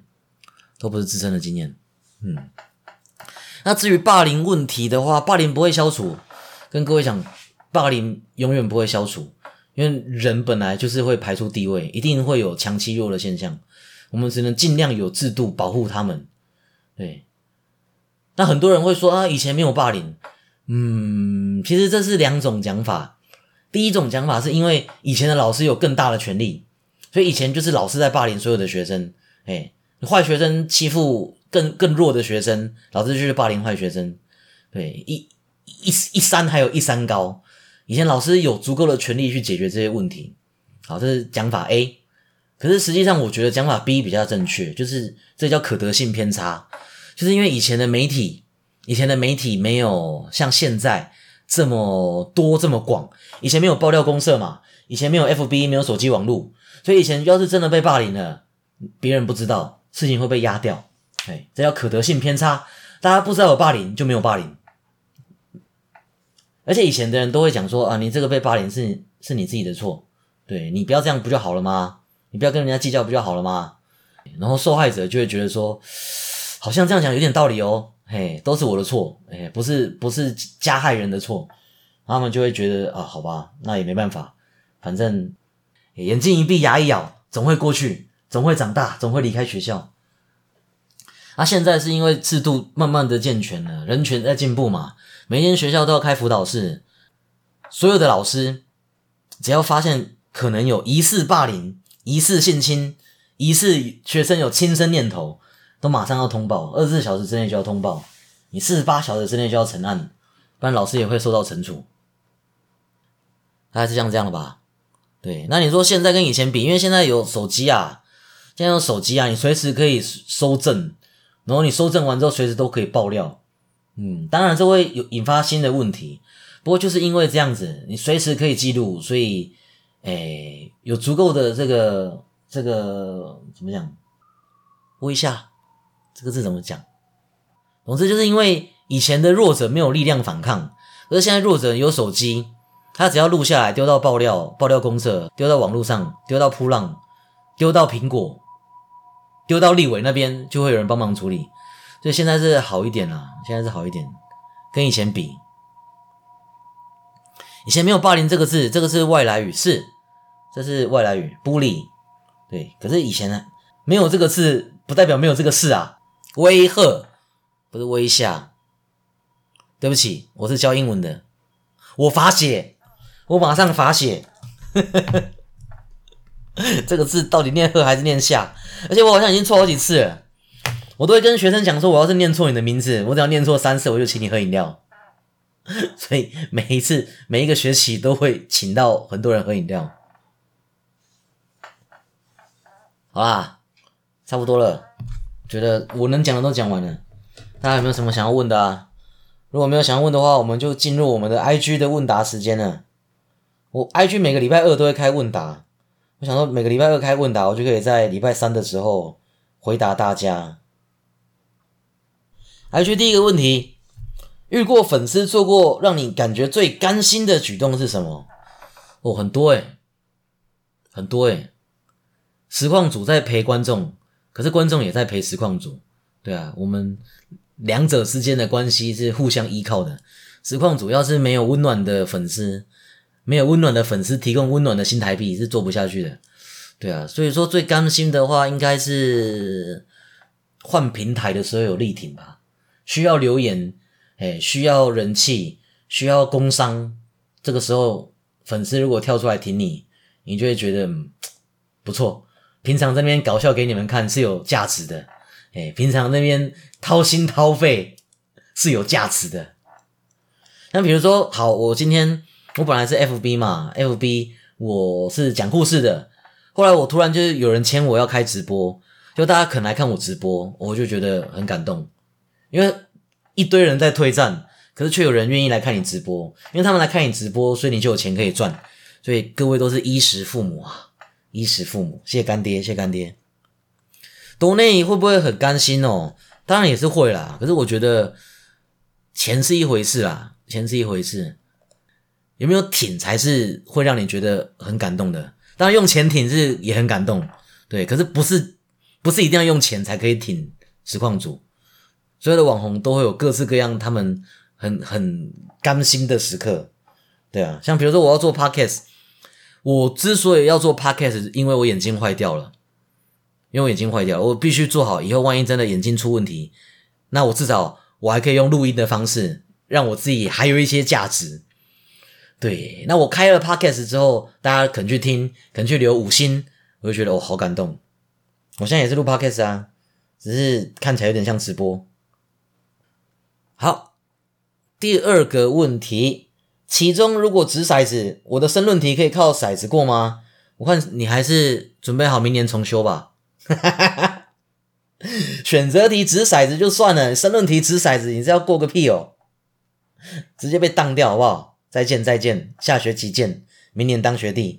那至于霸凌问题的话，霸凌不会消除，跟各位讲，霸凌永远不会消除，因为人本来就是会排出地位，一定会有强欺弱的现象，我们只能尽量有制度保护他们。对，那很多人会说以前没有霸凌，其实这是2种讲法。第一种讲法是因为以前的老师有更大的权力，所以以前就是老师在霸凌所有的学生，坏学生欺负更弱的学生，老师就是霸凌坏学生。对，一山还有一山高，以前老师有足够的权力去解决这些问题。好，这是讲法 A。可是实际上我觉得讲法 B 比较正确，就是这叫可得性偏差，就是因为以前的媒体没有像现在这么多这么广，以前没有爆料公社嘛，以前没有 FB 没有手机网络，所以以前要是真的被霸凌了，别人不知道，事情会被压掉。这叫可得性偏差，大家不知道有霸凌就没有霸凌。而且以前的人都会讲说你这个被霸凌是你自己的错，对，你不要这样不就好了吗？你不要跟人家计较不就好了吗？然后受害者就会觉得说好像这样讲有点道理都是我的错，不是加害人的错，他们就会觉得啊，好吧，那也没办法，反正眼睛一闭牙一咬，总会过去，总会长大，总会离开学校。现在是因为制度慢慢的健全了，人权在进步嘛，每一间学校都要开辅导室，所有的老师只要发现可能有疑似霸凌、疑似性侵、疑似学生有轻生念头，都马上要通报，24小时之内就要通报，你48小时之内就要成案，不然老师也会受到惩处。大概是像这样的吧。对，那你说现在跟以前比，因为现在有手机啊，你随时可以收证，然后你收证完之后随时都可以爆料。当然这会有引发新的问题，不过就是因为这样子，你随时可以记录，所以有足够的这个怎么讲？威吓这个字怎么讲？总之就是因为以前的弱者没有力量反抗，可是现在弱者有手机，他只要录下来丢到爆料公社，丢到网络上，丢到噗浪，丢到苹果，丢到立委那边，就会有人帮忙处理。所以现在是好一点啦，跟以前比。以前没有霸凌这个字，这个是外来语，这是外来语 bully。 对，可是以前呢没有这个字不代表没有这个事啊。威吓不是威吓，对不起，我是教英文的，我罚写，我马上罚写这个字到底念吓还是念下？而且我好像已经错好几次了，我都会跟学生讲说，我要是念错你的名字，我只要念错3次我就请你喝饮料所以每一个学期都会请到很多人喝饮料。好啦，差不多了，觉得我能讲的都讲完了，大家有没有什么想要问的啊？如果没有想要问的话，我们就进入我们的 IG 的问答时间了。我 IG 每个礼拜二都会开问答，我想说每个礼拜二开问答，我就可以在礼拜3的时候回答大家。IG 第一个问题，遇过粉丝做过让你感觉最甘心的举动是什么？很多很多实况组在陪观众，可是观众也在陪实况组。对啊，我们两者之间的关系是互相依靠的。实况组要是没有温暖的粉丝提供温暖的新台币是做不下去的。对啊，所以说最甘心的话应该是换平台的时候有力挺吧，需要留言，需要人气，需要工商，这个时候粉丝如果跳出来挺你，你就会觉得不错。平常这边搞笑给你们看是有价值的，平常那边掏心掏肺是有价值的。那比如说，好，我本来是 FB 嘛 ，FB 我是讲故事的，后来我突然就是有人签我要开直播，就大家肯来看我直播，我就觉得很感动，因为一堆人在退战，可是却有人愿意来看你直播，因为他们来看你直播，所以你就有钱可以赚，所以各位都是衣食父母啊。谢谢干爹，谢谢干爹。抖内会不会很甘心哦？当然也是会啦，可是我觉得钱是一回事啦，有没有挺才是会让你觉得很感动的。当然用钱挺是也很感动，对，可是不是一定要用钱才可以挺实况组。所有的网红都会有各式各样他们很甘心的时刻，对啊，像比如说我要做 podcast。我之所以要做 podcast， 因为我眼睛坏掉了，我必须做好，以后万一真的眼睛出问题，那我至少我还可以用录音的方式，让我自己还有一些价值。对，那我开了 podcast 之后，大家肯去听，肯去留5星，我就觉得好感动。我现在也是录 podcast 啊，只是看起来有点像直播。好，第二个问题。其中如果掷骰子，我的申论题可以靠骰子过吗？我看你还是准备好明年重修吧。选择题掷骰子就算了，申论题掷骰子你是要过个屁哦，直接被当掉好不好？再见，下学期见，明年当学弟。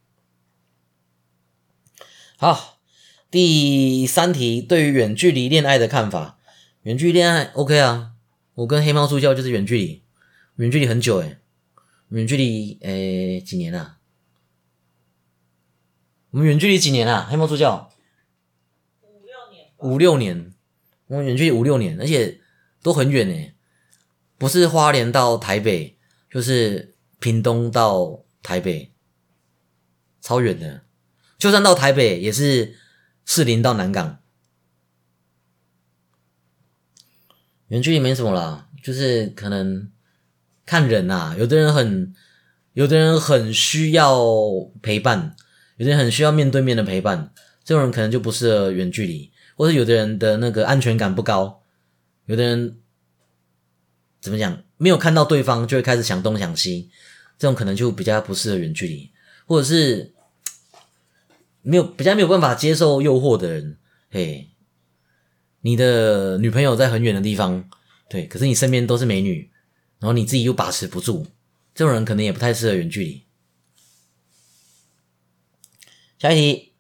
好，第3题，对于远距离恋爱的看法。远距离恋爱 OK 啊，我跟黑猫助教就是远距离很久远距离几年啊？我们远距离几年啊？黑猫助教5-6年，我们远距离5-6年，而且都很远诶，不是花莲到台北，就是屏东到台北，超远的。就算到台北，也是士林到南港。远距离没什么啦，就是可能看人啊，有的人很需要陪伴，有的人很需要面对面的陪伴，这种人可能就不适合远距离，或者有的人的那个安全感不高，有的人怎么讲，没有看到对方就会开始想东想西，这种可能就比较不适合远距离，或者是比较没有办法接受诱惑的人，嘿，你的女朋友在很远的地方，对，可是你身边都是美女，然后你自己又把持不住，这种人可能也不太适合远距离。下一题，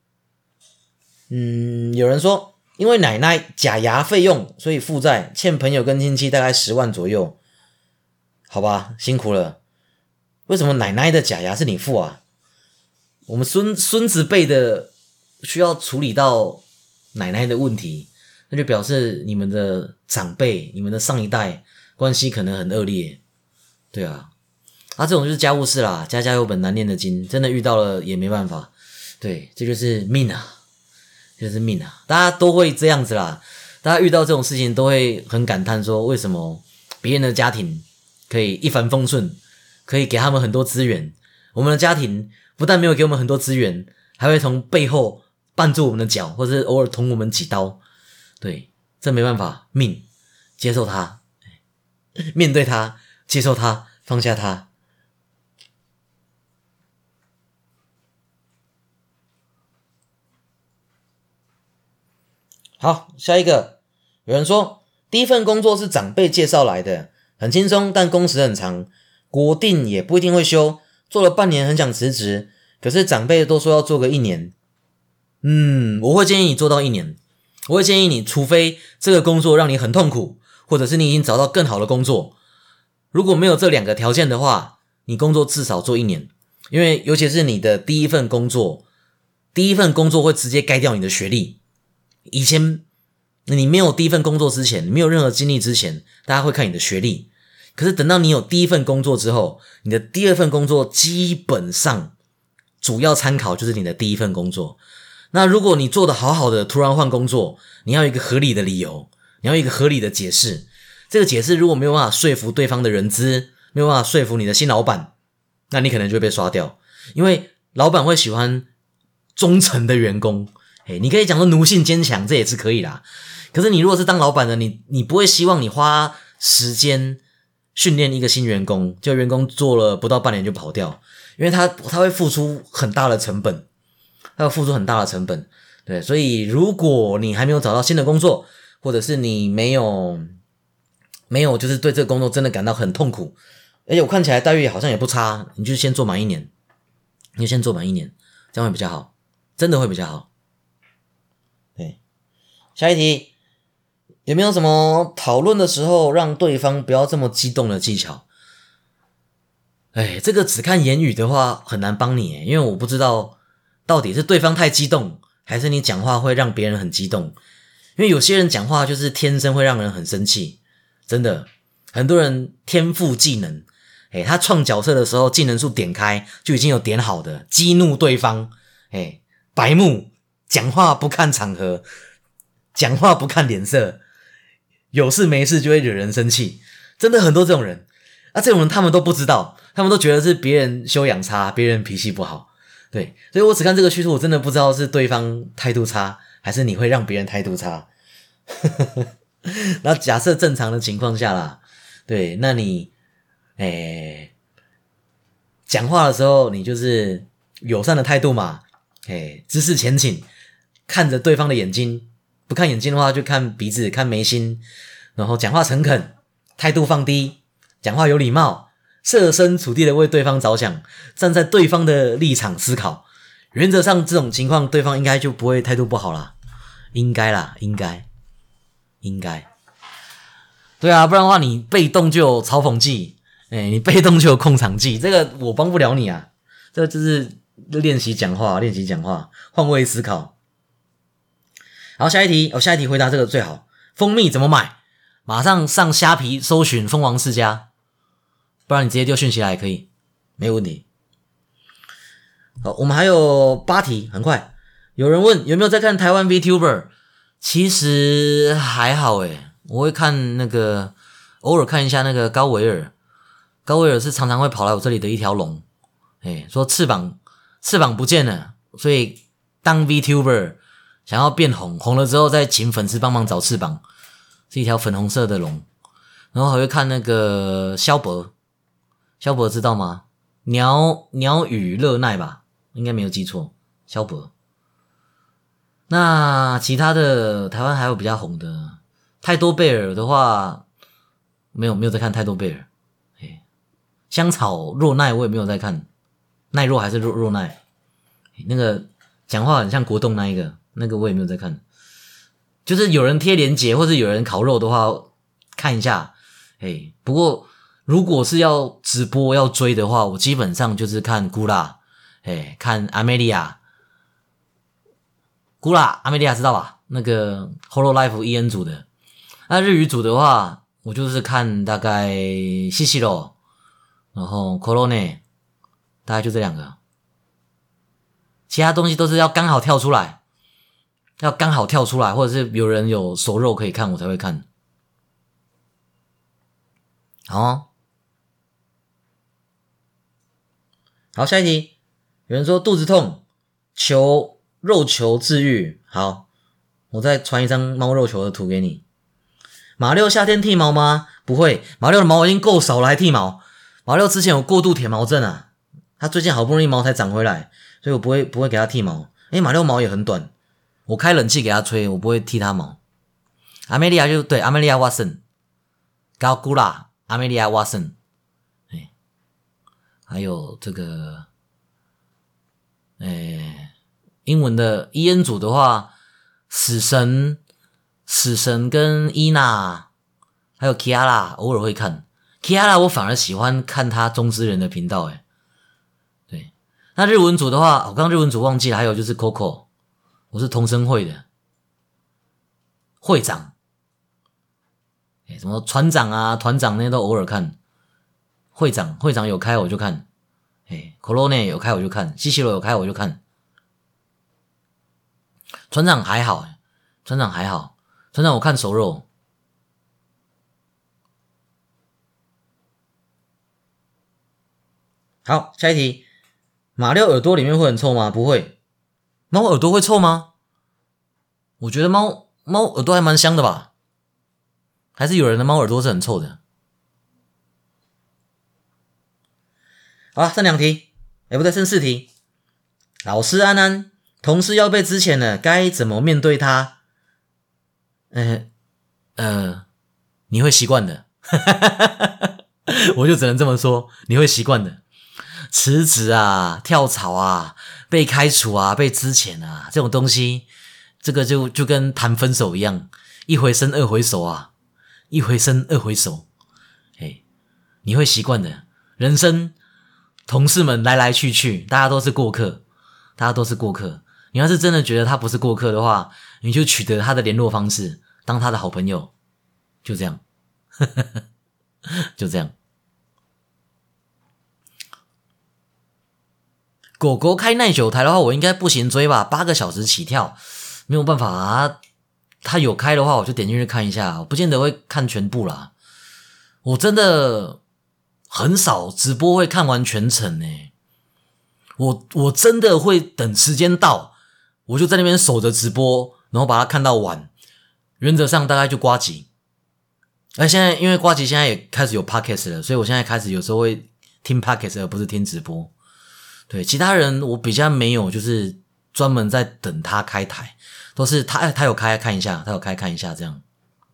有人说因为奶奶假牙费用，所以负债，欠朋友跟亲戚大概10万左右。好吧，辛苦了。为什么奶奶的假牙是你付啊？我们孙子辈的需要处理到奶奶的问题，那就表示你们的长辈、你们的上一代关系可能很恶劣。对啊，这种就是家务事啦，家家有本难念的经，真的遇到了也没办法。对，这就是命啊，就是命啊，大家都会这样子啦。大家遇到这种事情都会很感叹说，为什么别人的家庭可以一帆风顺，可以给他们很多资源，我们的家庭不但没有给我们很多资源，还会从背后绊住我们的脚，或者是偶尔捅我们几刀。对，这没办法，命，接受它，面对它，接受它，放下它。好，下一个，有人说第一份工作是长辈介绍来的，很轻松，但工时很长，国定也不一定会休，做了半年很想辞职，可是长辈都说要做个1年。我会建议你做到1年，我会建议你，除非这个工作让你很痛苦，或者是你已经找到更好的工作，如果没有这2个条件的话，你工作至少做1年，因为尤其是你的第一份工作会直接盖掉你的学历。以前你没有第一份工作之前，你没有任何经历之前，大家会看你的学历，可是等到你有第一份工作之后，你的第二份工作基本上主要参考就是你的第一份工作。那如果你做得好好的，突然换工作，你要有一个合理的理由，你要有一个合理的解释，这个解释如果没有办法说服对方的人资，没有办法说服你的新老板，那你可能就会被刷掉，因为老板会喜欢忠诚的员工。你可以讲说奴性坚强，这也是可以啦。可是你如果是当老板的，你不会希望你花时间训练一个新员工，就员工做了不到半年就跑掉，因为他会付出很大的成本，对，所以如果你还没有找到新的工作，或者是你没有就是对这个工作真的感到很痛苦，而且我看起来待遇好像也不差，你就先做满1年，这样会比较好，真的会比较好。对，下一题，有没有什么讨论的时候让对方不要这么激动的技巧？这个只看言语的话很难帮你，因为我不知道到底是对方太激动，还是你讲话会让别人很激动。因为有些人讲话就是天生会让人很生气，真的，很多人天赋技能，他创角色的时候技能树点开就已经有点好的，激怒对方，白目，讲话不看场合，讲话不看脸色，有事没事就会惹人生气，真的很多这种人。这种人他们都不知道，他们都觉得是别人修养差，别人脾气不好。对，所以我只看这个叙述，我真的不知道是对方态度差，还是你会让别人态度差。那假设正常的情况下啦，对，那你讲话的时候你就是友善的态度嘛，姿势前倾，看着对方的眼睛，不看眼睛的话就看鼻子，看眉心，然后讲话诚恳，态度放低，讲话有礼貌，设身处地的为对方着想，站在对方的立场思考，原则上这种情况对方应该就不会态度不好啦，应该。对啊，不然的话你被动就有嘲讽技，你被动就有控场技，这个我帮不了你啊，这个就是练习讲话，换位思考。好，下一题回答这个最好。蜂蜜怎么买？ 马上上虾皮搜寻蜂王世家，不然你直接丢讯息来也可以，没有问题。好，我们还有8题，很快。有人问有没有在看台湾 VTuber， 其实还好我会看那个，偶尔看一下那个高维尔是常常会跑来我这里的一条龙，说翅膀不见了，所以当 VTuber 想要变红了之后再请粉丝帮忙找翅膀，是一条粉红色的龙。然后还会看那个萧伯知道吗？鸟语热奈吧，应该没有记错，萧伯。那其他的台湾还有比较红的，太多贝尔的话没有在看太多贝尔。香草若奈我也没有在看，奈若还是若奈，那个讲话很像国栋那个我也没有在看。就是有人贴连结或是有人烤肉的话看一下，不过如果是要直播要追的话，我基本上就是看古拉，看阿梅利亚，古拉阿梅利亚知道吧？那个 Hololive EN 组的。那日语组的话，我就是看大概西西罗，然后 Corone， 大概就这2个。其他东西都是要刚好跳出来，或者是有人有熟肉可以看我才会看。好，下一题。有人说肚子痛，肉球治愈。好，我再传一张猫肉球的图给你。马六夏天剃毛吗？不会，马六的毛已经够少了还剃毛。马六之前有过度舔毛症啊，他最近好不容易毛才长回来，所以我不会给他剃毛。马六毛也很短，我开冷气给他吹，我不会剃他毛。阿梅利亚就对，阿梅利亚沃森，高古拉，阿梅利亚沃森。还有这个英文的EN组的话，死神跟伊娜还有 Kiara 偶尔会看。Kiara 我反而喜欢看他中之人的频道对。那日文组的话，我刚日文组忘记了，还有就是 Coco， 我是同生会的会长，什么船长啊团长那些都偶尔看。会长有开我就看，Corone 有开我就看，西西罗有开我就看。船长还好，船长我看熟肉。好，下一题。马六耳朵里面会很臭吗？不会。猫耳朵会臭吗？我觉得猫耳朵还蛮香的吧，还是有人的猫耳朵是很臭的。好，剩2题，不对，剩4题。老师安安，同事要被资遣了，该怎么面对他？你会习惯的。我就只能这么说，你会习惯的。辞职啊，跳槽啊，被开除啊，被资遣啊，这种东西，这个就跟谈分手一样，一回生二回熟啊，你会习惯的。人生同事们来来去去，大家都是过客。你要是真的觉得他不是过客的话，你就取得他的联络方式，当他的好朋友，就这样。就这样。狗狗开耐久台的话，我应该不行追吧，8个小时起跳，没有办法啊。他有开的话，我就点进去看一下，我不见得会看全部啦。我真的很少直播会看完全程我真的会等时间到，我就在那边守着直播，然后把它看到完。原则上大概就呱吉。现在因为呱吉现在也开始有 podcast 了，所以我现在开始有时候会听 podcast 而不是听直播。对，其他人我比较没有就是专门在等他开台，都是他有开看一下，他有开看一下这样。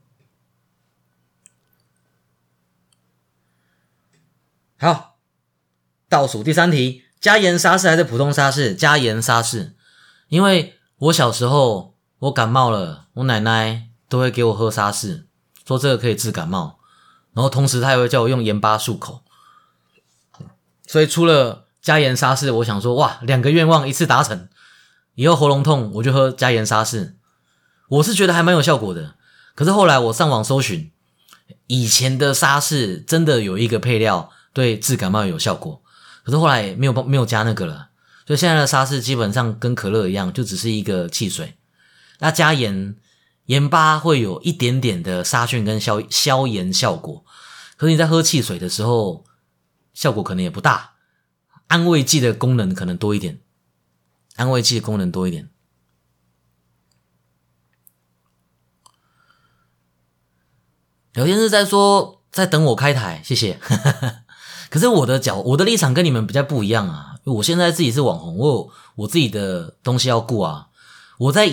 好，倒数第3题，加盐沙士还是普通沙士？加盐沙士。因为我小时候我感冒了，我奶奶都会给我喝沙士，说这个可以治感冒，然后同时她也会叫我用盐巴漱口。所以除了加盐沙士，我想说哇，2个愿望一次达成，以后喉咙痛我就喝加盐沙士。我是觉得还蛮有效果的，可是后来我上网搜寻， 以前的沙士真的有一个配料对治感冒有效果，可是后来没有加那个了，所以现在的沙士基本上跟可乐一样，就只是一个汽水。那加盐，盐巴会有一点点的杀菌跟消炎效果，可是你在喝汽水的时候，效果可能也不大，安慰剂的功能可能多一点，聊天室在说在等我开台，谢谢。可是我的立场跟你们比较不一样啊，我现在自己是网红，我有我自己的东西要顾啊。我在以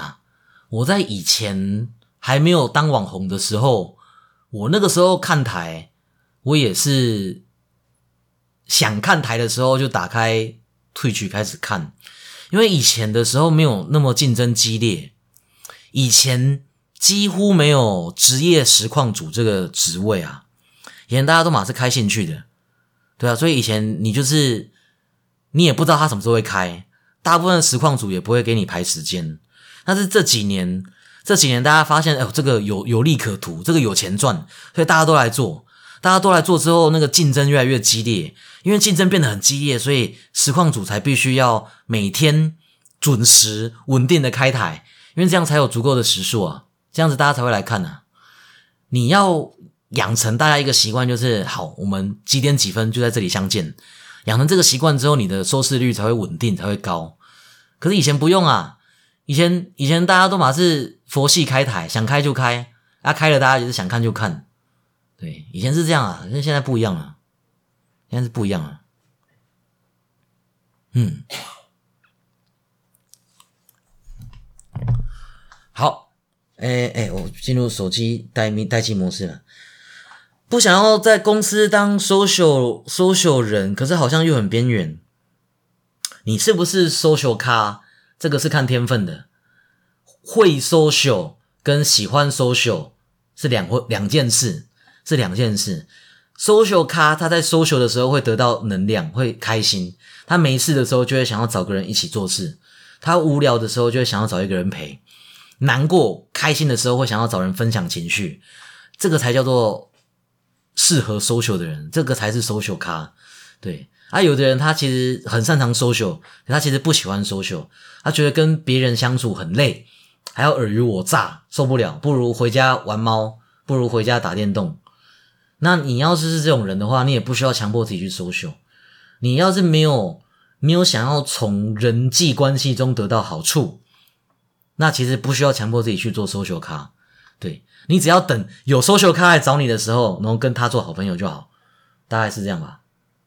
前还没有当网红的时候，我那个时候看台，我也是想看台的时候就打开Twitch开始看，因为以前的时候没有那么竞争激烈，以前几乎没有职业实况主这个职位啊，以前大家都嘛是开兴趣的，对啊，所以以前你也不知道他什么时候会开，大部分的实况主也不会给你排时间。但是这几年大家发现，这个有利可图，这个有钱赚，所以大家都来做之后，那个竞争越来越激烈，因为竞争变得很激烈，所以实况主才必须要每天准时稳定的开台，因为这样才有足够的时数啊，这样子大家才会来看啊。你要养成大家一个习惯，就是好，我们几点几分就在这里相见，养成这个习惯之后，你的收视率才会稳定，才会高。可是以前不用啊，以前大家都嘛是佛系开台，想开就开，开了大家也是想看就看。对，以前是这样啊，现在不一样了，现在是不一样了。好，我进入手机待机模式了。不想要在公司当 social 人，可是好像又很边缘。你是不是 social 咖？这个是看天分的。会 social 跟喜欢 social 是两件事。social 咖他在 social 的时候会得到能量，会开心。他没事的时候就会想要找个人一起做事。他无聊的时候就会想要找一个人陪。难过开心的时候会想要找人分享情绪。这个才叫做适合 social 的人，这个才是 social 咖。对有的人他其实很擅长 social， 可他其实不喜欢 social， 他觉得跟别人相处很累，还要尔虞我诈，受不了，不如回家玩猫，不如回家打电动。那你要是这种人的话，你也不需要强迫自己去 social。你要是没有想要从人际关系中得到好处，那其实不需要强迫自己去做 social 咖。对，你只要等有 social 咖来找你的时候，然后跟他做好朋友就好，大概是这样吧。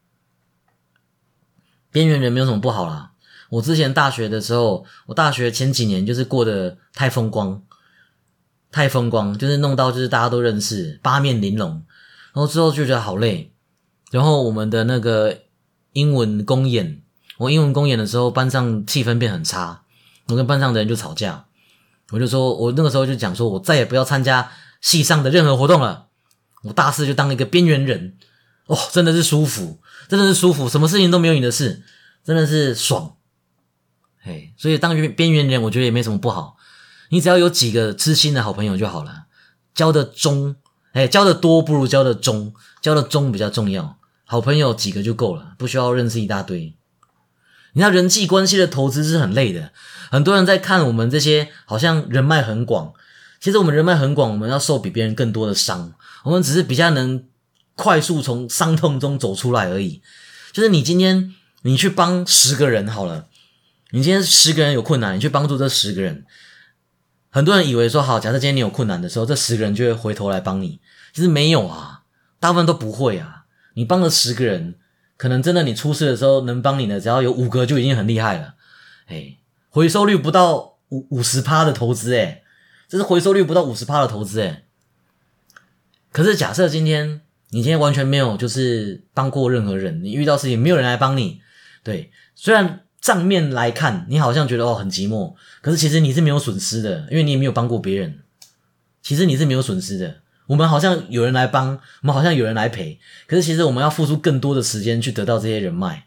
边缘人没有什么不好啦。我之前大学的时候，我大学前几年就是过得太风光，就是弄到就是大家都认识，八面玲珑，然后之后就觉得好累。然后我们的那个英文公演的时候，班上气氛变很差，我跟班上的人就吵架。我那个时候就讲说，我再也不要参加系上的任何活动了。我大四就当一个边缘人，真的是舒服，什么事情都没有你的事，真的是爽。所以当边缘人我觉得也没什么不好，你只要有几个知心的好朋友就好了。交的多不如交的忠，交的忠比较重要，好朋友几个就够了，不需要认识一大堆。你知道人际关系的投资是很累的，很多人在看我们这些好像人脉很广，其实我们人脉很广，我们要受比别人更多的伤，我们只是比较能快速从伤痛中走出来而已。就是你今天你去帮10个人好了，你今天10个人有困难，你去帮助这10个人，很多人以为说好，假设今天你有困难的时候，这10个人就会回头来帮你，其实没有啊，大部分都不会啊。你帮了10个人，可能真的你出事的时候能帮你的只要有5个就已经很厉害了。回收率不到 50% 的投资这是回收率不到 50% 的投资可是假设你今天完全没有就是帮过任何人，你遇到事情没有人来帮你，对，虽然账面来看你好像觉得很寂寞，可是其实你是没有损失的，因为你也没有帮过别人，其实你是没有损失的。我们好像有人来帮，我们好像有人来陪，可是其实我们要付出更多的时间去得到这些人脉。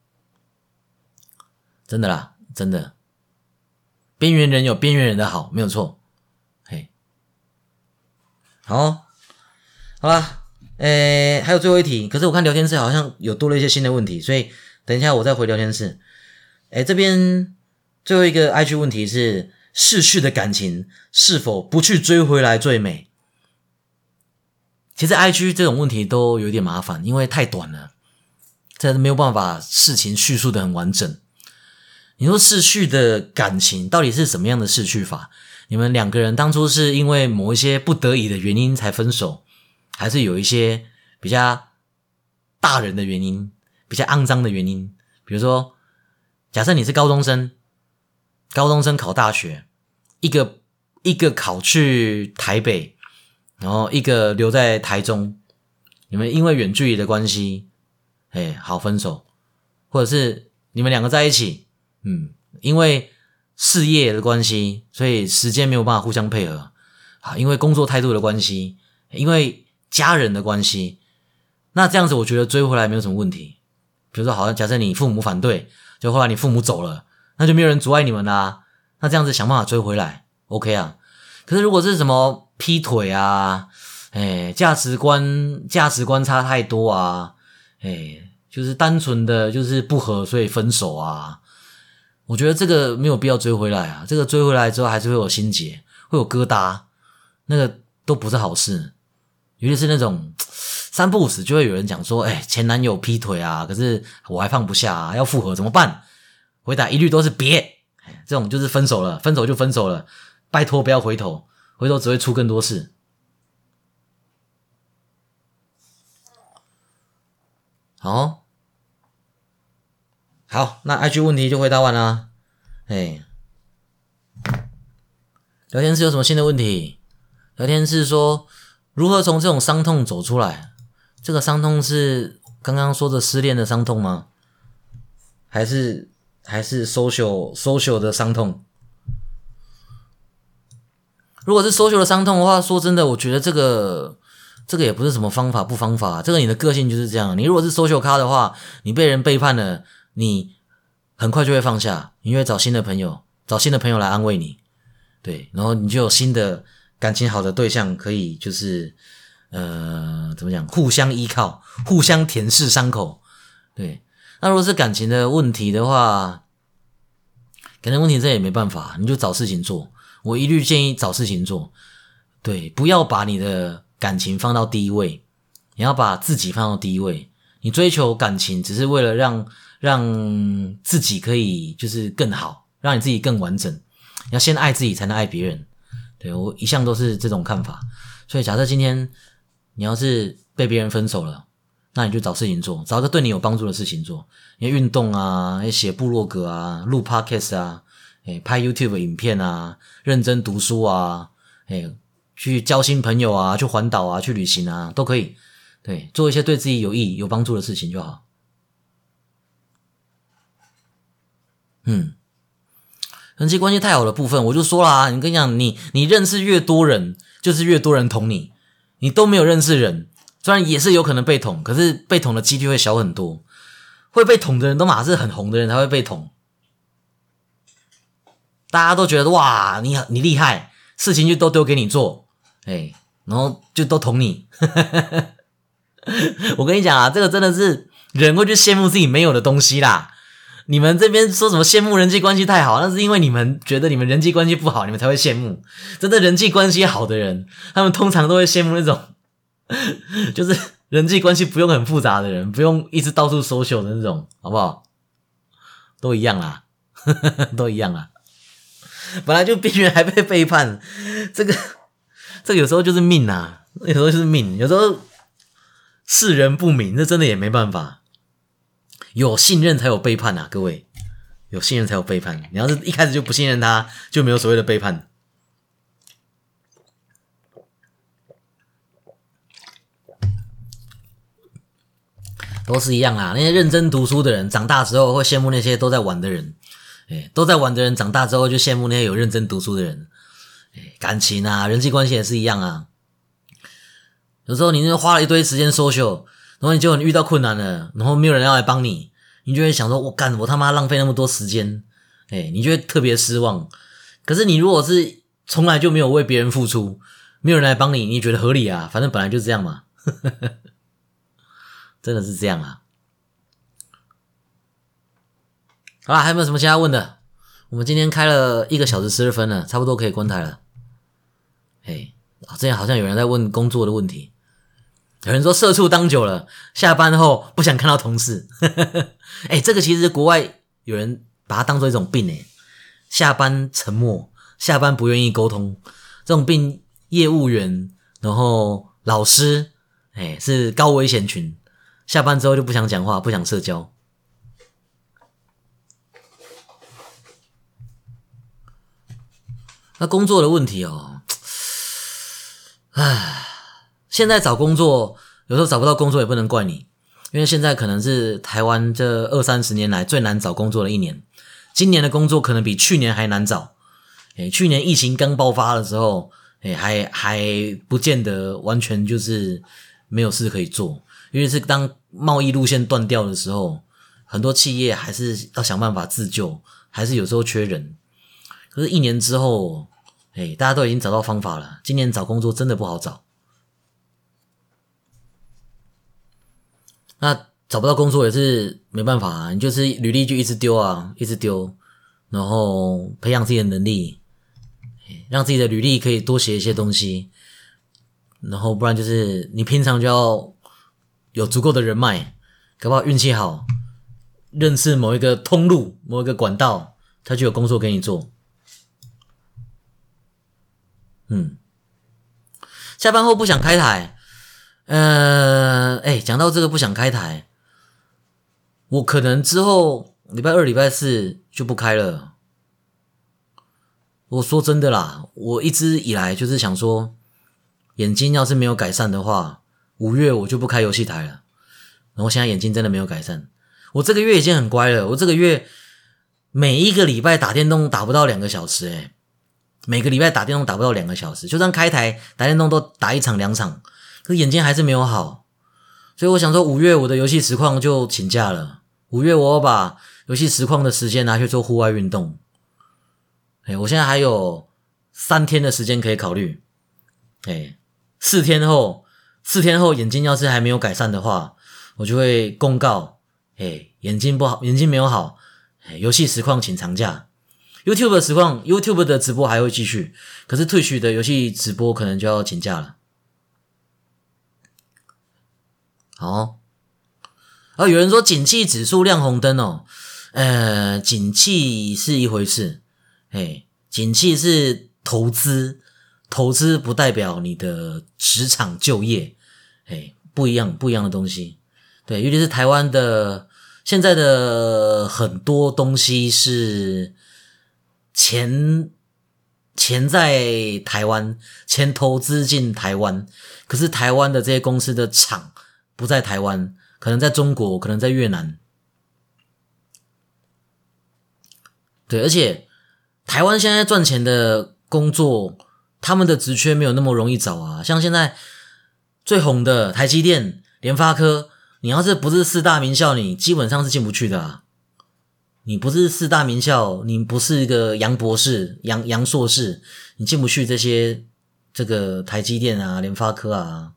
真的啦，真的，边缘人有边缘人的好，没有错。好， 好啦，还有最后一题，可是我看聊天室好像有多了一些新的问题，所以等一下我再回聊天室。这边最后一个 IG 问题是逝去的感情是否不去追回来最美？其实 IG 这种问题都有点麻烦，因为太短了，这没有办法事情叙述的很完整。你说逝去的感情到底是什么样的逝去法？你们两个人当初是因为某一些不得已的原因才分手，还是有一些比较大人的原因，比较肮脏的原因？比如说假设你是高中生考大学，一个考去台北，然后一个留在台中，你们因为远距离的关系好分手，或者是你们两个在一起因为事业的关系，所以时间没有办法互相配合，因为工作态度的关系，因为家人的关系，那这样子我觉得追回来没有什么问题。比如说好像假设你父母反对，就后来你父母走了，那就没有人阻碍你们啦，那这样子想办法追回来 OK 啊。可是如果是什么劈腿啊，价值观差太多啊，就是单纯的就是不合所以分手啊，我觉得这个没有必要追回来啊，这个追回来之后还是会有心结，会有疙瘩，那个都不是好事。尤其是那种三不五时就会有人讲说前男友劈腿啊，可是我还放不下啊，要复合怎么办？回答一律都是别，这种就是分手了，分手就分手了，拜托不要回头，回头只会出更多事。好，那 IG 问题就回答完啦。聊天室有什么新的问题？聊天室说如何从这种伤痛走出来？这个伤痛是刚刚说的失恋的伤痛吗？还是 social 的伤痛？如果是 social 的伤痛的话，说真的，我觉得这个也不是什么方法不方法，这个你的个性就是这样。你如果是 social 咖的话，你被人背叛了，你很快就会放下，你会找新的朋友来安慰你，对，然后你就有新的感情好的对象可以就是怎么讲，互相依靠，互相舔舐伤口，对。那如果是感情的问题的话，感情问题这也没办法，你就找事情做，我一律建议找事情做，对，不要把你的感情放到第一位，你要把自己放到第一位。你追求感情只是为了让自己可以就是更好，让你自己更完整，你要先爱自己才能爱别人，对，我一向都是这种看法。所以假设今天你要是被别人分手了，那你就找事情做，找一个对你有帮助的事情做，你运动啊，写部落格啊，录 podcast 啊，拍 YouTube 影片啊，认真读书啊，去交新朋友啊，去环岛啊，去旅行啊，都可以，对，做一些对自己有益有帮助的事情就好。人际关系太好的部分我就说啦，你跟你讲，你认识越多人，就是越多人捅你，你都没有认识人，虽然也是有可能被捅，可是被捅的几率会小很多。会被捅的人都马是很红的人才会被捅，大家都觉得哇你厉害，事情就都丢给你做，然后就都捅你我跟你讲啊，这个真的是人会去羡慕自己没有的东西啦。你们这边说什么羡慕人际关系太好，那是因为你们觉得你们人际关系不好，你们才会羡慕。真的人际关系好的人，他们通常都会羡慕那种就是人际关系不用很复杂的人，不用一直到处 social 的那种，好不好？都一样啦都一样啦。本来就边缘还被背叛，这个有时候就是命啊，有时候就是命，有时候世人不明，这真的也没办法。有信任才有背叛啊，各位，有信任才有背叛。你要是一开始就不信任他，就没有所谓的背叛。都是一样啦，那些认真读书的人，长大之后会羡慕那些都在玩的人，都在玩的人长大之后就羡慕那些有认真读书的人。感情啊，人际关系也是一样啊。有时候你花了一堆时间 social， 然后你就遇到困难了，然后没有人要来帮你，你就会想说我他妈浪费那么多时间，你就会特别失望。可是你如果是从来就没有为别人付出，没有人来帮你，你觉得合理啊，反正本来就这样嘛真的是这样啊。好啦，还有没有什么其他问的？我们今天开了1个小时12分了，差不多可以关台了。之前好像有人在问工作的问题，有人说社畜当久了，下班后不想看到同事。这个其实国外有人把它当作一种病下班沉默，下班不愿意沟通，这种病业务员，然后老师，是高危险群，下班之后就不想讲话，不想社交。那工作的问题现在找工作有时候找不到工作也不能怪你，因为现在可能是台湾这20-30年来最难找工作的一年，今年的工作可能比去年还难找。去年疫情刚爆发的时候，还不见得完全就是没有事可以做，因为是当贸易路线断掉的时候，很多企业还是要想办法自救，还是有时候缺人。可是1年之后，大家都已经找到方法了，今年找工作真的不好找。那找不到工作也是没办法啊，你就是履历就一直丢啊，一直丢，然后培养自己的能力，让自己的履历可以多写一些东西，然后不然就是你平常就要有足够的人脉，搞不好运气好，认识某一个通路，某一个管道，他就有工作给你做。下班后不想开台，讲到这个不想开台，我可能之后礼拜2、礼拜4就不开了。我说真的啦，我一直以来就是想说，眼睛要是没有改善的话，5月我就不开游戏台了。然后现在眼睛真的没有改善，我这个月已经很乖了，我这个月每一个礼拜打电动打不到2个小时每个礼拜打电动打不到2个小时，就算开台打电动都打1场2场，可是眼睛还是没有好。所以我想说5月我的游戏实况就请假了，5月我要把游戏实况的时间拿去做户外运动。我现在还有3天的时间可以考虑。4天后眼睛要是还没有改善的话，我就会公告眼睛不好，眼睛没有好，游戏实况请长假。YouTube 的实况 YouTube 的直播还会继续，可是Twitch的游戏直播可能就要请假了。好，有人说景气指数亮红灯景气是一回事，景气是投资不代表你的职场就业，不一样的东西。对，尤其是台湾的现在的很多东西是钱在台湾，钱投资进台湾，可是台湾的这些公司的厂不在台湾，可能在中国，可能在越南。对，而且台湾现在赚钱的工作，他们的职缺没有那么容易找啊。像现在最红的台积电、联发科，你要是不是4大名校，你基本上是进不去的啊。你不是4大名校，你不是一个杨博士、杨硕士，你进不去这个台积电啊、联发科啊。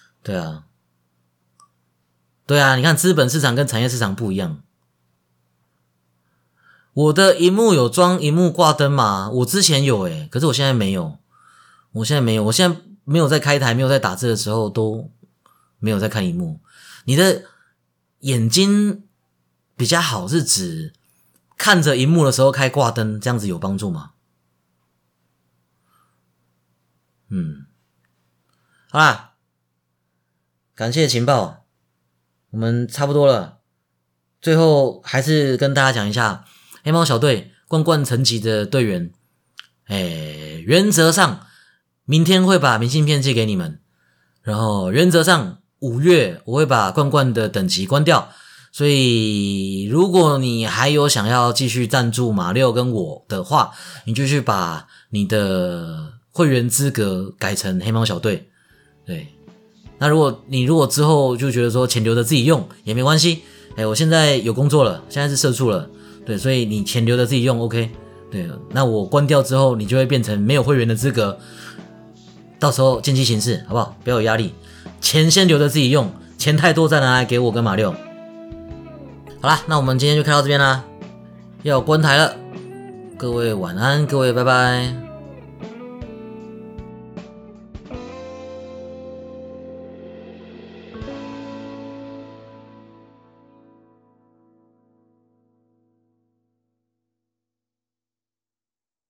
对啊，你看资本市场跟产业市场不一样。我的萤幕有装萤幕挂灯吗？我之前有可是我现在没有。我现在没有在开台，没有在打字的时候都没有在看萤幕。你的眼睛比较好是指看着萤幕的时候开挂灯，这样子有帮助吗？好啦，感谢情报，我们差不多了。最后还是跟大家讲一下，黑猫小队冠冠层级的队员，原则上明天会把明信片寄给你们，然后原则上5月我会把冠冠的等级关掉。所以如果你还有想要继续赞助马六跟我的话，你就去把你的会员资格改成黑猫小队。对，那如果之后就觉得说钱留着自己用也没关系，我现在有工作了，现在是社畜了，对，所以你钱留着自己用 OK。 对，那我关掉之后你就会变成没有会员的资格，到时候见机行事好不好，不要有压力。 钱先留着自己用，钱太多再拿来给我跟马六。好啦，那我们今天就看到这边啦，要关台了，各位晚安，各位拜拜。